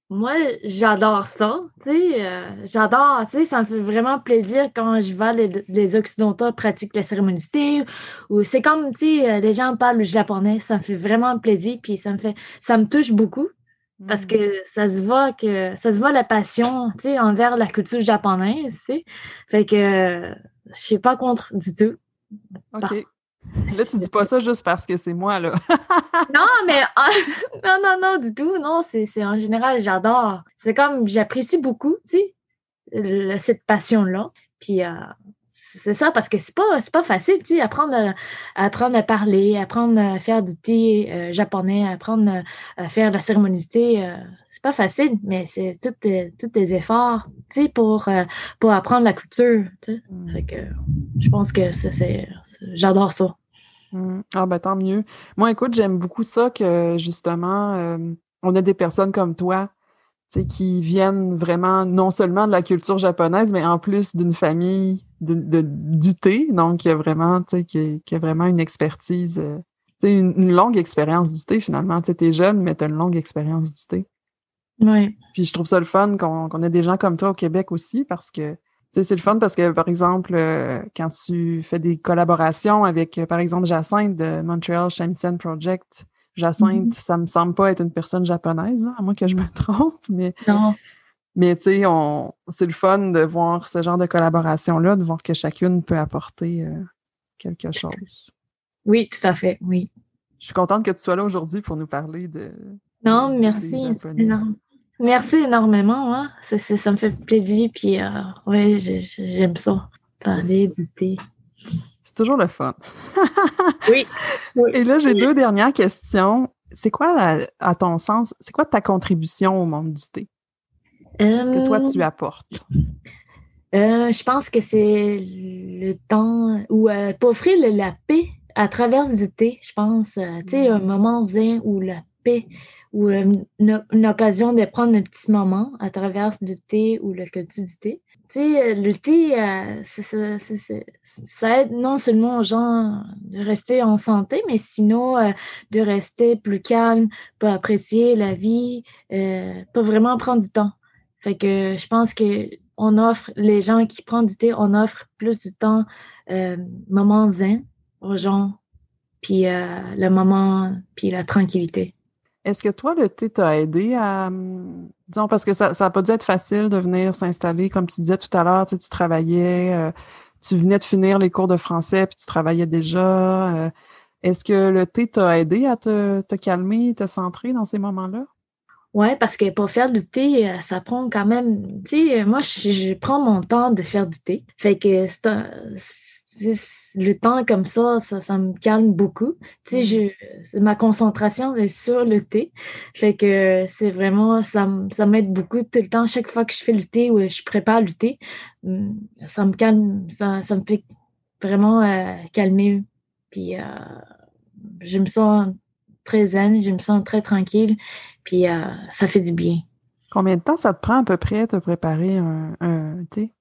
Moi, j'adore ça, tu sais, euh, j'adore, tu sais, ça me fait vraiment plaisir quand je vois les, les Occidentaux pratiquent la cérémonie du thé, ou c'est comme, tu sais, euh, les gens parlent le japonais, ça me fait vraiment plaisir, puis ça me fait, ça me touche beaucoup, parce Mm. que ça se voit que, ça se voit la passion, tu sais, envers la culture japonaise, tu sais, fait que, euh, je suis pas contre du tout. Bon, OK. Là, tu dis pas ça juste parce que c'est moi, là. non, mais ah, non, non, non, du tout. Non, c'est, c'est en général, j'adore. C'est comme, j'apprécie beaucoup, tu sais, le- cette passion-là. Puis euh, c'est ça, parce que c'est pas, c'est pas facile, tu sais, apprendre à, apprendre à parler, apprendre à faire du thé euh, japonais, apprendre à, à faire la cérémonie du thé. Euh, c'est pas facile, mais c'est tous tes, tous tes efforts, tu sais, pour, euh, pour apprendre la culture, tu sais. Fait Mm. que je pense que ça, c'est, c'est- j'adore ça. Mm. Ah ben tant mieux. Moi, écoute, j'aime beaucoup ça que justement, euh, on a des personnes comme toi, tu sais, qui viennent vraiment non seulement de la culture japonaise, mais en plus d'une famille de, de- du thé, donc il y a vraiment, tu sais, qui, qui a vraiment une expertise, euh, tu sais, une, une longue expérience du thé finalement. Tu sais, t'es jeune, mais t'as une longue expérience du thé. Oui. Puis je trouve ça le fun qu'on qu'on ait des gens comme toi au Québec aussi, parce que tu sais, c'est le fun parce que, par exemple, euh, quand tu fais des collaborations avec, euh, par exemple, Jacinthe de Montreal Shamisen Project, Jacinthe, ça me semble pas être une personne japonaise, là, à moins que je me trompe, mais, Non. mais tu sais, on, c'est le fun de voir ce genre de collaboration-là, de voir que chacune peut apporter euh, quelque chose. Oui, tout à fait, oui. Je suis contente que tu sois là aujourd'hui pour nous parler de, de- Non, de- des merci Japonais. énorme. Merci énormément, hein. C'est, c'est- ça me fait plaisir, puis euh, ouais, j'ai- j'ai- j'aime ça, parler Yes. du thé. C'est toujours le fun. Oui, oui. Et là, j'ai deux dernières questions. C'est quoi, à, à ton sens, c'est quoi ta contribution au monde du thé? Qu'est-ce que toi, Euh, tu apportes? euh, je pense que c'est le temps ou euh, pour offrir le- la paix à travers du thé, je pense. Euh, tu sais, un Mm. moment zen ou la paix ou euh, une, une occasion de prendre un petit moment à travers du thé ou la culture du thé. Tu sais, euh, le thé, euh, c'est- c'est- c'est- c'est- ça aide non seulement aux gens de rester en santé, mais sinon euh, de rester plus calme, pour apprécier la vie, euh, pour vraiment prendre du temps. Fait que je pense que on offre, les gens qui prennent du thé, on offre plus du temps, euh, moment zen aux gens, puis euh, le moment, puis la tranquillité. Est-ce que toi, le thé t'a aidé à, hum, disons, parce que ça ça n'a pas dû être facile de venir s'installer, comme tu disais tout à l'heure, tu sais, tu travaillais, euh, tu venais de finir les cours de français, puis tu travaillais déjà. euh, est-ce que le thé t'a aidé à te, te calmer, te centrer dans ces moments-là? Ouais, parce que pour faire du thé, euh, ça prend quand même, tu sais, moi, je, je prends mon temps de faire du thé. Fait que c'est un- c'est- le temps comme ça, ça, ça me calme beaucoup. Tu sais, Mm. je, c'est- ma concentration est sur le thé. Fait que c'est vraiment, ça, m- ça m'aide beaucoup tout le temps. Chaque fois que je fais le thé ou je prépare le thé, hum, ça me calme, ça, ça me fait vraiment euh, calmer. Puis euh, je me sens très zen, je me sens très tranquille. Puis euh, ça fait du bien. Combien de temps ça te prend à peu près de préparer un, un thé?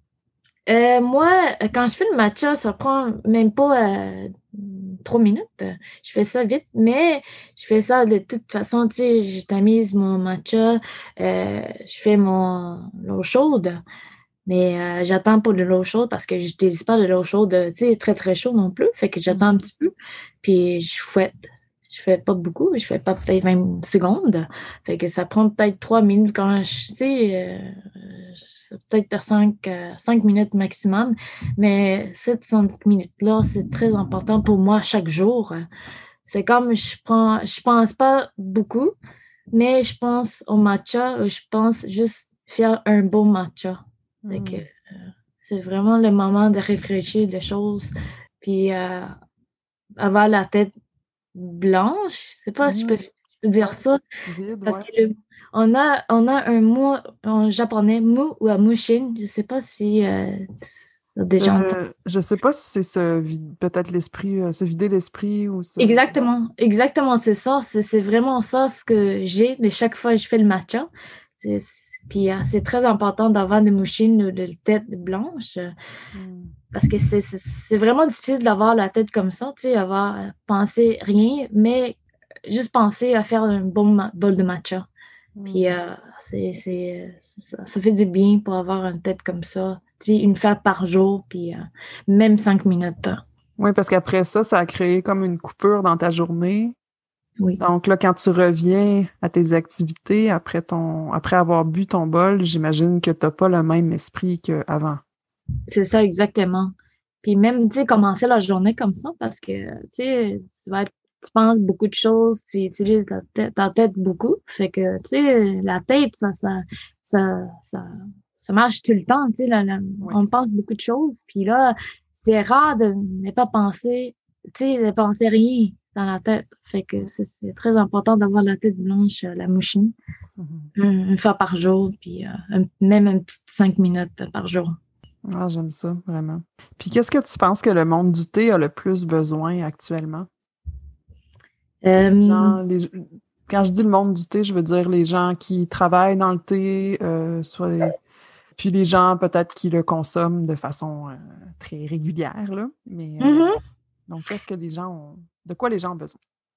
Euh, moi, quand je fais le matcha, ça prend même pas euh, trois minutes. Je fais ça vite, mais je fais ça de toute façon. Tu sais, je tamise mon matcha, euh, je fais mon l'eau chaude, mais euh, j'attends pour de l'eau chaude parce que je n'utilise pas de l'eau chaude, tu sais, très très chaud non plus. Fait que j'attends un Mhm. petit peu, puis je fouette. Je fais pas beaucoup, je fais pas peut-être vingt secondes. Fait que ça prend peut-être trois minutes quand je sais, euh, c'est peut-être cinq, euh, cinq minutes maximum. Mais cette cinq minutes-là, c'est très important pour moi chaque jour. C'est comme je prends, je pense pas beaucoup, mais je pense au matcha, je pense juste faire un bon matcha. Fait que Mm. c'est vraiment le moment de réfléchir les choses, puis euh, avoir la tête blanche. Je sais pas si je peux, Mhm. je peux dire Ouais. ça, Vide, parce ouais. que le- on a, on a un mot en japonais, mu ou mushin. Je sais pas si euh, des gens. Euh, je sais pas si c'est se vid- peut-être l'esprit, euh, se vider l'esprit ou se. Exactement, exactement, c'est ça. C'est c'est vraiment ça ce que j'ai de chaque fois que je fais le matcha. C'est- Puis euh, c'est très important d'avoir des mouchines ou de tête blanche euh, Mm. parce que c'est c'est- c'est vraiment difficile d'avoir la tête comme ça, tu sais, avoir euh, pensé rien, mais juste penser à faire un bon ma- bol de matcha. Puis euh, c'est, c'est, c'est ça, ça fait du bien pour avoir une tête comme ça. Tu sais, une fois par jour, puis euh, même cinq minutes. Oui, parce qu'après ça, ça a créé comme une coupure dans ta journée. Oui. Donc là, quand tu reviens à tes activités après ton après avoir bu ton bol, j'imagine que tu n'as pas le même esprit qu'avant. C'est ça, exactement. Puis même, tu sais, commencer la journée comme ça, parce que, tu sais, tu vas être- tu penses beaucoup de choses, tu utilises ta tête, ta tête beaucoup. Fait que, tu sais, la tête, ça, ça, ça, ça, ça marche tout le temps, tu sais, là, là, Oui. on pense beaucoup de choses. Puis là, c'est rare de ne pas penser, tu sais, de penser rien dans la tête. Fait que c'est c'est très important d'avoir la tête blanche, euh, la mouchine, Mhm. une, une fois par jour, puis euh, un- même un petit cinq minutes par jour. Ah, j'aime ça, vraiment. Puis qu'est-ce que tu penses que le monde du thé a le plus besoin actuellement? Tu sais, les Euh, gens, les- quand je dis le monde du thé, je veux dire les gens qui travaillent dans le thé, euh, soit les- puis les gens peut-être qui le consomment de façon euh, très régulière, là. Mais euh, mhm. donc, qu'est-ce que les gens ont, de quoi les gens ont besoin?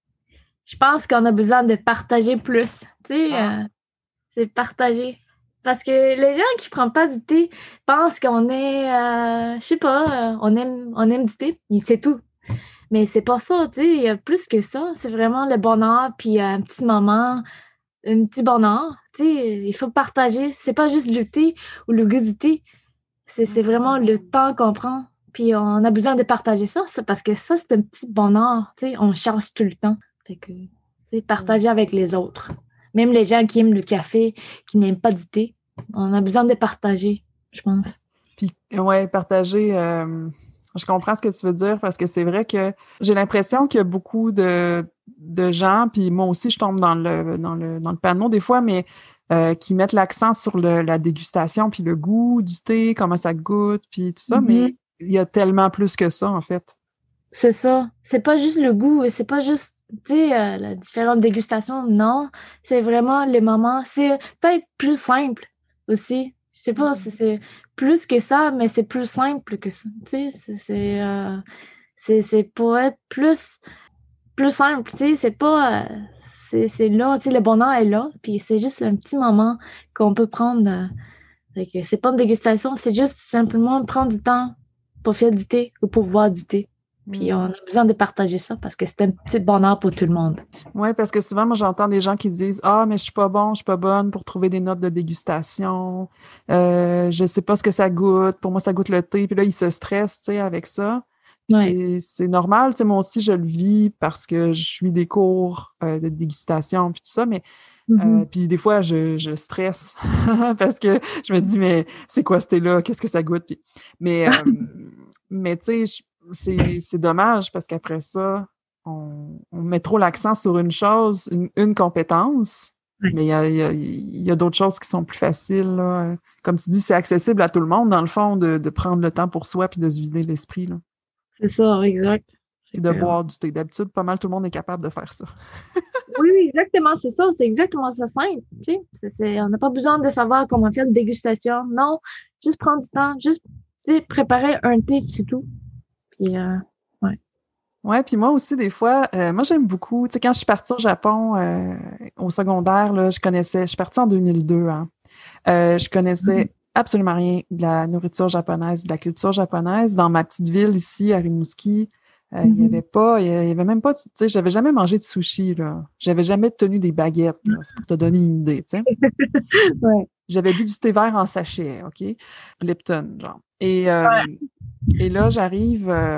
Je pense qu'on a besoin de partager plus. Tu sais, Ah, euh, c'est partager. Parce que les gens qui ne prennent pas du thé pensent qu'on est, euh, je sais pas, euh, on aime, on aime du thé, mais c'est tout. Mais c'est pas ça, tu sais, il y a plus que ça. C'est vraiment le bonheur, puis un petit moment, un petit bonheur. Tu sais, il faut partager. C'est pas juste le thé ou le goût du thé. C'est c'est vraiment le temps qu'on prend. Puis on a besoin de partager ça, c'est parce que ça, c'est un petit bonheur. Tu sais, on cherche tout le temps. Fait que, tu sais, partager avec les autres. Même les gens qui aiment le café, qui n'aiment pas du thé, on a besoin de partager, je pense. puis, ouais, partager. euh, je comprends ce que tu veux dire parce que c'est vrai que j'ai l'impression qu'il y a beaucoup de, de gens, puis moi aussi, je tombe dans le, dans le, dans le panneau des fois, mais euh, qui mettent l'accent sur le, la dégustation, puis le goût du thé, comment ça goûte, puis tout ça, Mhm. mais il y a tellement plus que ça, en fait. C'est ça. C'est pas juste le goût, c'est pas juste, tu sais, euh, la différente dégustation. Non, c'est vraiment les moments. C'est peut-être plus simple aussi. Je sais pas si c'est plus que ça, mais c'est plus simple que ça. Tu sais, c'est c'est euh, c'est c'est pour être plus plus simple. Tu sais, c'est pas euh, c'est c'est là. Tu sais, le bonheur est là. Puis c'est juste un petit moment qu'on peut prendre. euh, fait que c'est pas une dégustation, c'est juste simplement prendre du temps pour faire du thé ou pour boire du thé. Puis on Mm. a besoin de partager ça parce que c'est un petit bonheur pour tout le monde. Oui, parce que souvent, moi, j'entends des gens qui disent Ah, mais je suis pas bon, je suis pas bonne pour trouver des notes de dégustation. Euh, je sais pas ce que ça goûte. Pour moi, ça goûte le thé. Puis là, ils se stressent, tu sais, avec ça. Puis Ouais. c'est, c'est normal, tu sais, moi aussi, je le vis parce que je suis des cours euh, de dégustation puis tout ça, mais euh, Mhm. puis des fois, je, je stresse parce que je me dis, mais c'est quoi ce thé-là? Qu'est-ce que ça goûte? Puis, mais, euh, mais tu sais, je- c'est, c'est dommage parce qu'après ça, on, on met trop l'accent sur une chose, une, une compétence, Ouais. mais il y a, il y a, il y a d'autres choses qui sont plus faciles, là. Comme tu dis, c'est accessible à tout le monde, dans le fond, de, de prendre le temps pour soi puis de se vider l'esprit, là. C'est ça, exact. Fait Puis de que, euh, boire du thé. D'habitude, pas mal tout le monde est capable de faire ça. oui, oui, exactement, c'est ça, c'est exactement ça simple. Tu sais, C'est- c'est- on n'a pas besoin de savoir comment faire une dégustation. Non, juste prendre du temps, juste tu sais, préparer un thé, puis c'est tout. Puis, euh, ouais. Ouais, puis moi aussi, des fois, euh, moi j'aime beaucoup. Tu sais, quand je suis partie au Japon euh, au secondaire, là, je connaissais, je suis partie en deux mille deux, hein. Euh, je Mhm. connaissais absolument rien de la nourriture japonaise, de la culture japonaise. Dans ma petite ville ici, à Rimouski, euh, il y avait Mhm. pas, il y avait même pas, tu sais, j'avais jamais mangé de sushi, là. J'avais jamais tenu des baguettes, là. C'est pour te donner une idée, tu sais. Ouais. J'avais bu du thé vert en sachet, OK? Lipton, genre. Et, Ouais. euh, et là, j'arrive euh,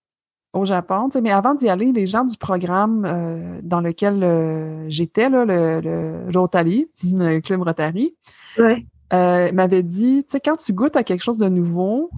au Japon, tu sais, mais avant d'y aller, les gens du programme euh, dans lequel euh, j'étais, là, le, le Rotary, le Club Rotary, Ouais. euh, m'avaient dit, tu sais, quand tu goûtes à quelque chose de nouveau,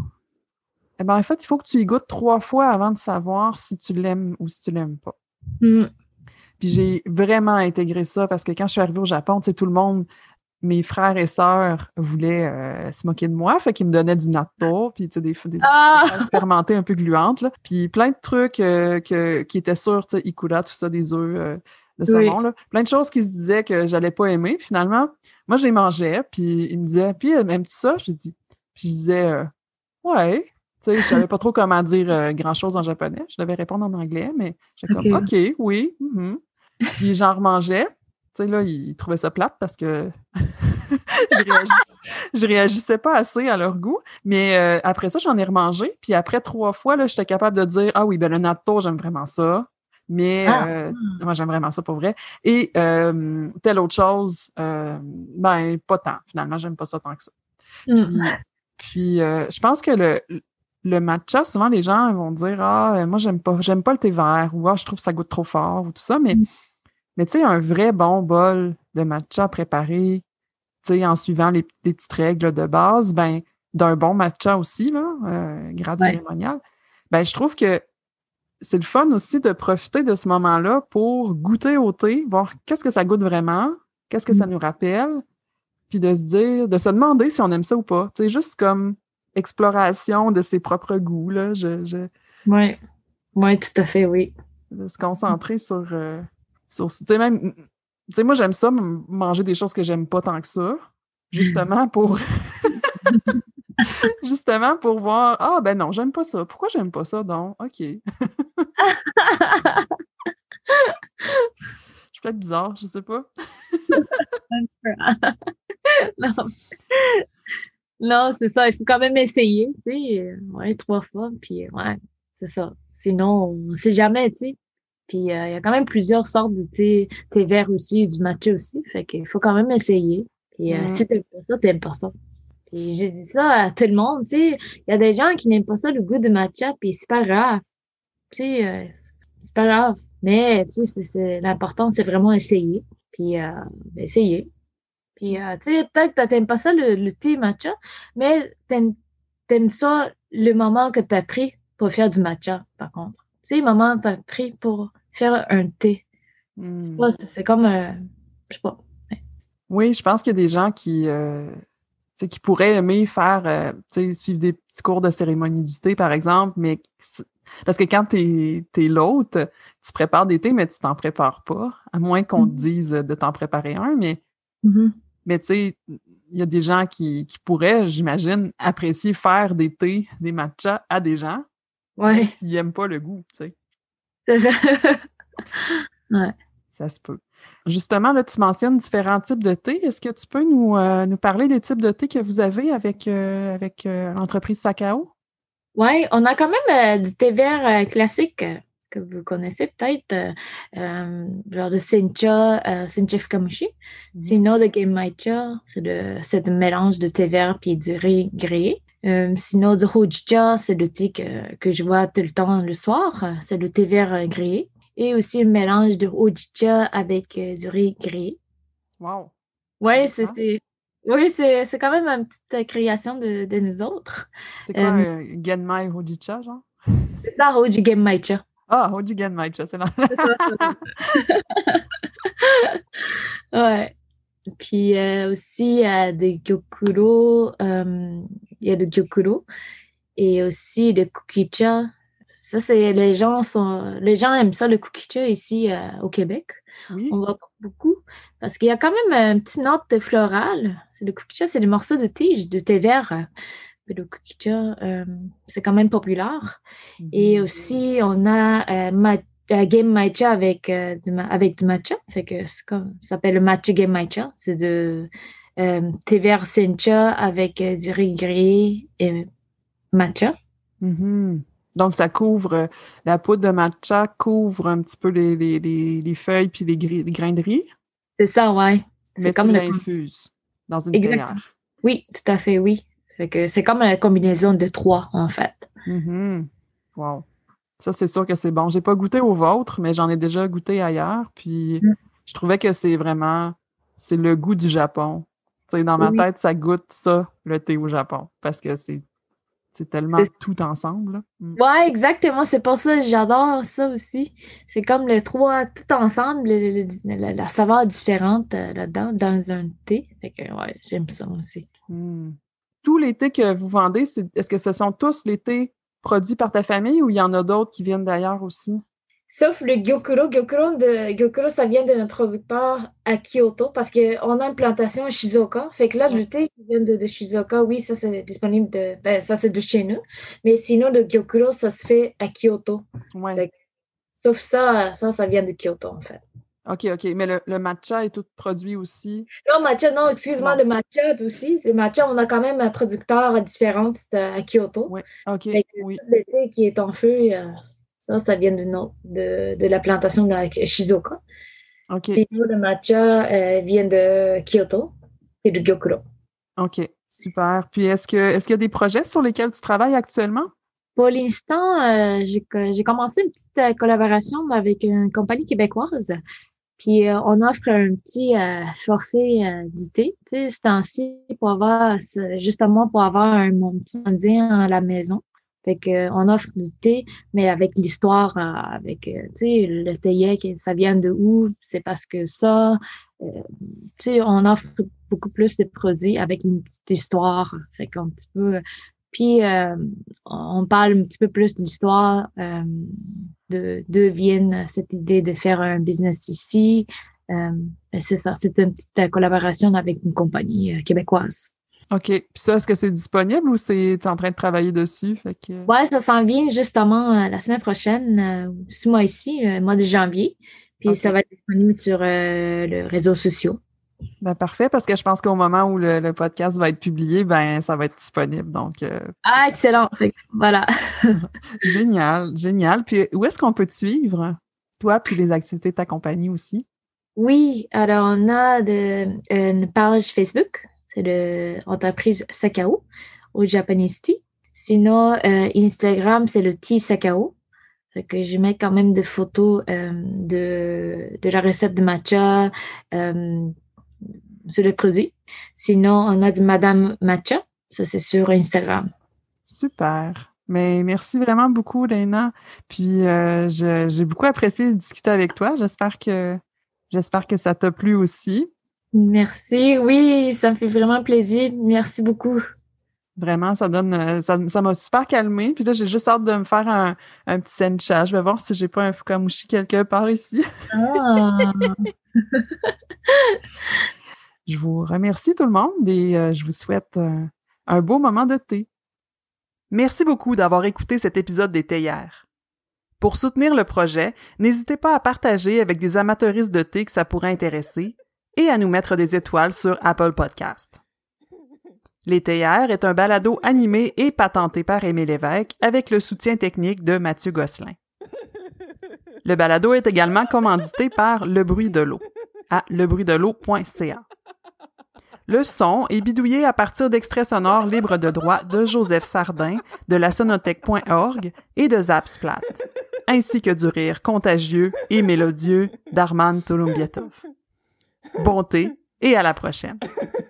eh ben, en fait, il faut que tu y goûtes trois fois avant de savoir si tu l'aimes ou si tu l'aimes pas. Mm. Puis j'ai vraiment intégré ça parce que quand je suis arrivée au Japon, tu sais, tout le monde, mes frères et sœurs voulaient euh, se moquer de moi, fait qu'ils me donnaient du natto, puis tu sais, des, des affaires Ah! fermentées un peu gluantes, là. Puis plein de trucs euh, que, qui étaient sûrs, tu sais, ikura, tout ça, des œufs euh, de saumon, Oui. là. Plein de choses qui se disaient que j'allais pas aimer. Puis finalement, moi, je les mangeais, puis ils me disaient, puis euh, aimes-tu ça? J'ai dit, puis je disais, euh, ouais. Tu sais, je savais pas trop comment dire euh, grand-chose en japonais. Je devais répondre en anglais, mais j'étais comme, OK. OK, oui. Mhm. Puis j'en remangeais. Tu Tu sais, là, ils trouvaient ça plate parce que je, réagis, je réagissais pas assez à leur goût. Mais euh, après ça, j'en ai remangé. Puis après trois fois, là, j'étais capable de dire, ah oui, ben le natto, j'aime vraiment ça. Mais Ah, euh, moi, j'aime vraiment ça pour vrai. Et euh, telle autre chose, euh, ben, pas tant. Finalement, j'aime pas ça tant que ça. mm. Puis, puis euh, je pense que le, le matcha, souvent, les gens vont dire, ah, moi, j'aime pas, j'aime pas le thé vert, ou ah, je trouve que ça goûte trop fort, ou tout ça. Mais, mais tu sais, un vrai bon bol de matcha préparé, tu sais, en suivant les, les petites règles de base, ben, d'un bon matcha aussi, là, euh, grade Ouais. cérémonial, ben, je trouve que c'est le fun aussi de profiter de ce moment-là pour goûter au thé, voir qu'est-ce que ça goûte vraiment, qu'est-ce que ça nous rappelle, puis de se dire, de se demander si on aime ça ou pas. Tu sais, juste comme exploration de ses propres goûts, là, je, je, Ouais. Ouais, tout à fait, oui. de se concentrer sur, euh, sur, tu sais, même, tu sais, moi, j'aime ça, m- manger des choses que j'aime pas tant que ça, justement pour, justement pour voir, ah, ben non, j'aime pas ça. Pourquoi j'aime pas ça, donc? OK. Je suis peut-être bizarre, je sais pas. Non, non, c'est ça. Il faut quand même essayer, tu sais. euh, Ouais, trois fois, puis ouais, c'est ça. Sinon, on sait jamais, tu sais. Puis euh, il y a quand même plusieurs sortes de thé, thé vert aussi, du matcha aussi. Fait qu'il faut quand même essayer. Puis euh, Mm. si t'aimes pas ça, t'aimes pas ça. Puis j'ai dit ça à tout le monde, tu sais. Il y a des gens qui n'aiment pas ça, le goût de matcha, puis c'est pas grave. Tu sais, euh, c'est pas grave. Mais, tu sais, c'est, c'est- l'important, c'est vraiment essayer. Puis euh, essayer. Puis, euh, tu sais, peut-être que t'aimes pas ça, le, le thé matcha, mais t'aimes, t'aimes ça le moment que t'as pris pour faire du matcha, par contre. Tu sais, le moment que t'as pris pour faire un thé. Mm. Ouais, c'est c'est comme, euh, je sais pas. Oui, je pense qu'il y a des gens qui, euh, tu sais, qui pourraient aimer faire, euh, tu sais, suivre des petits cours de cérémonie du thé, par exemple, mais c'est- parce que quand t'es, t'es l'hôte, tu prépares des thés, mais tu t'en prépares pas, à moins qu'on te Mhm. dise de t'en préparer un, mais, Mhm. mais tu sais, il y a des gens qui, qui pourraient, j'imagine, apprécier faire des thés, des matchas à des gens, même Ouais, s'ils aiment pas le goût, tu sais, c'est vrai. Ouais. ça se peut. Justement, là, tu mentionnes différents types de thé. Est-ce que tu peux nous, euh, nous parler des types de thé que vous avez avec, euh, avec euh, l'entreprise Sakao? Ouais, on a quand même euh, du thé vert euh, classique euh, que vous connaissez peut-être, euh, euh, genre de Sencha, euh, Sencha Fukamushi. Mhm. Sinon, le Game Matcha, c'est le, c'est le mélange de thé vert puis du riz grillé. Euh, sinon, du Hojicha, c'est le thé que, que je vois tout le temps le soir. euh, C'est le thé vert euh, grillé. Et aussi un mélange de Hojicha avec euh, du riz grillé. Wow, c'est Ouais, c'est, différent. c'est, oui, c'est, c'est quand même une petite euh, création de, de nous autres. C'est quoi Euh, un Genmai Hojicha, genre? c'est ça, Hoji Game Matcha. Ah, Hoji Genmaicha, c'est là. C'est ça, c'est ça. Ouais. Puis euh, aussi euh, des gyokuro, euh, il y a le gyokuro et aussi le kukicha. Ça, c'est les gens sont les gens aiment ça le kukicha ici euh, au Québec. On Oui. voit pas beaucoup parce qu'il y a quand même une petite note florale. C'est le kukicha, c'est des morceaux de tige, de thé vert. euh, mais le kukicha, euh, c'est quand même populaire. Et Mhm. aussi, on a euh, ma- euh, Game Matcha avec, euh, du, ma- avec du matcha. Fait que c'est comme, ça s'appelle le matcha Game Matcha. C'est de euh, thé vert sencha avec euh, du riz grillé et matcha. Mhm. Donc, ça couvre, euh, la poudre de matcha couvre un petit peu les, les, les, les feuilles puis les, gri- les grains de riz, C'est ça, ouais. C'est mais tu comme le... l'infuses dans une Exactement. théière. Oui, tout à fait, oui. Fait que c'est comme la combinaison de trois, en fait. Mhm. Wow. Ça, c'est sûr que c'est bon. J'ai pas goûté au vôtre, mais j'en ai déjà goûté ailleurs. Puis Mm. je trouvais que c'est vraiment, c'est le goût du Japon. Tu sais, dans ma Oui, tête, ça goûte ça, le thé au Japon, parce que c'est c'est tellement c'est tout ensemble, là. Mm. ouais, exactement. C'est pour ça que j'adore ça aussi. C'est comme les trois tout ensemble, le- le- la, la saveur différente euh, là-dedans, dans un thé. Fait que ouais, j'aime ça aussi. Mm. Tous les thés que vous vendez, c'est, est-ce que ce sont tous les thés produits par ta famille ou il y en a d'autres qui viennent d'ailleurs aussi? Sauf le Gyokuro. Gyokuro, de, Gyokuro, ça vient d'un producteur à Kyoto parce qu'on a une plantation à Shizuoka. Fait que là, Ouais. le thé qui vient de, de Shizuoka, oui, ça c'est disponible de. Ben, ça c'est de chez nous. Mais sinon, le Gyokuro, ça se fait à Kyoto. Ouais. Fait que- sauf ça, ça, ça vient de Kyoto en fait. OK, OK. Mais le, le matcha est tout produit aussi? Non, matcha, non, excuse-moi, Non. le matcha aussi. Le matcha, on a quand même un producteur différent à Kyoto. Oui, OK, Fait que oui. tout le thé qui est en feu, euh, ça, ça vient de, no- de, de la plantation de la Shizuoka. OK, Sinon, le matcha euh, vient de Kyoto et de Gyokuro. OK. Super. Puis est-ce que est-ce qu'il y a des projets sur lesquels tu travailles actuellement? Pour l'instant, euh, j'ai, co- j'ai commencé une petite euh, collaboration avec une compagnie québécoise. Puis euh, on offre un petit euh, forfait euh, du thé, tu sais, ce temps-ci, pour avoir, ce- justement pour avoir un, mon petit indien à la maison. Fait que euh, on offre du thé, mais avec l'histoire, euh, avec, euh, tu sais, le théier, que ça vient de où, c'est parce que ça, euh, tu sais, on offre beaucoup plus de produits avec une petite histoire. Fait qu'un petit peu, puis euh, on parle un petit peu plus de l'histoire, euh, de d'où vient cette idée de faire un business ici. Euh, ben, c'est ça, c'est une petite euh, collaboration avec une compagnie euh, québécoise. OK. Puis ça, est-ce que c'est disponible ou c'est t'es en train de travailler dessus? Fait que... Ouais, ça s'en vient justement euh, la semaine prochaine, euh, ce mois-ci, euh, mois de janvier. Puis ça OK. va être disponible sur euh, les réseaux sociaux. Ben parfait, parce que je pense qu'au moment où le, le podcast va être publié, ben ça va être disponible. Donc, euh, Ah, excellent. Fait que, voilà. génial, génial. Puis où est-ce qu'on peut te suivre? Toi, puis les activités de ta compagnie aussi? Oui, alors on a de, une page Facebook, c'est l'entreprise Sakao au Japanese Tea. Sinon, euh, Instagram, c'est le Tea Sakao. Fait que je mets quand même des photos euh, de, de la recette de matcha euh, sur le produit. Sinon, on a du Madame Matcha, ça c'est sur Instagram. Super. Mais merci vraiment beaucoup, Léna. Puis euh, je- j'ai beaucoup apprécié de discuter avec toi. J'espère que j'espère que ça t'a plu aussi. Merci, oui, ça me fait vraiment plaisir. Merci beaucoup. Vraiment, ça donne euh, ça, ça m'a super calmé. Puis là, j'ai juste hâte de me faire un, un petit sencha. Je vais voir si j'ai pas un fukamushi quelque part ici. Ah. Je vous remercie tout le monde et euh, je vous souhaite euh, un beau moment de thé. Merci beaucoup d'avoir écouté cet épisode des Théières. Pour soutenir le projet, n'hésitez pas à partager avec des amateuristes de thé que ça pourrait intéresser et à nous mettre des étoiles sur Apple Podcast. Les Théières est un balado animé et patenté par Aimé Lévesque avec le soutien technique de Mathieu Gosselin. Le balado est également commandité par Le Bruit de l'eau à lebruitdel'eau point c a. Le son est bidouillé à partir d'extraits sonores libres de droit de Joseph Sardin, de la sonothèque point org et de Zapsplat, ainsi que du rire contagieux et mélodieux d'Arman Tolumbietov. Bon thé et à la prochaine!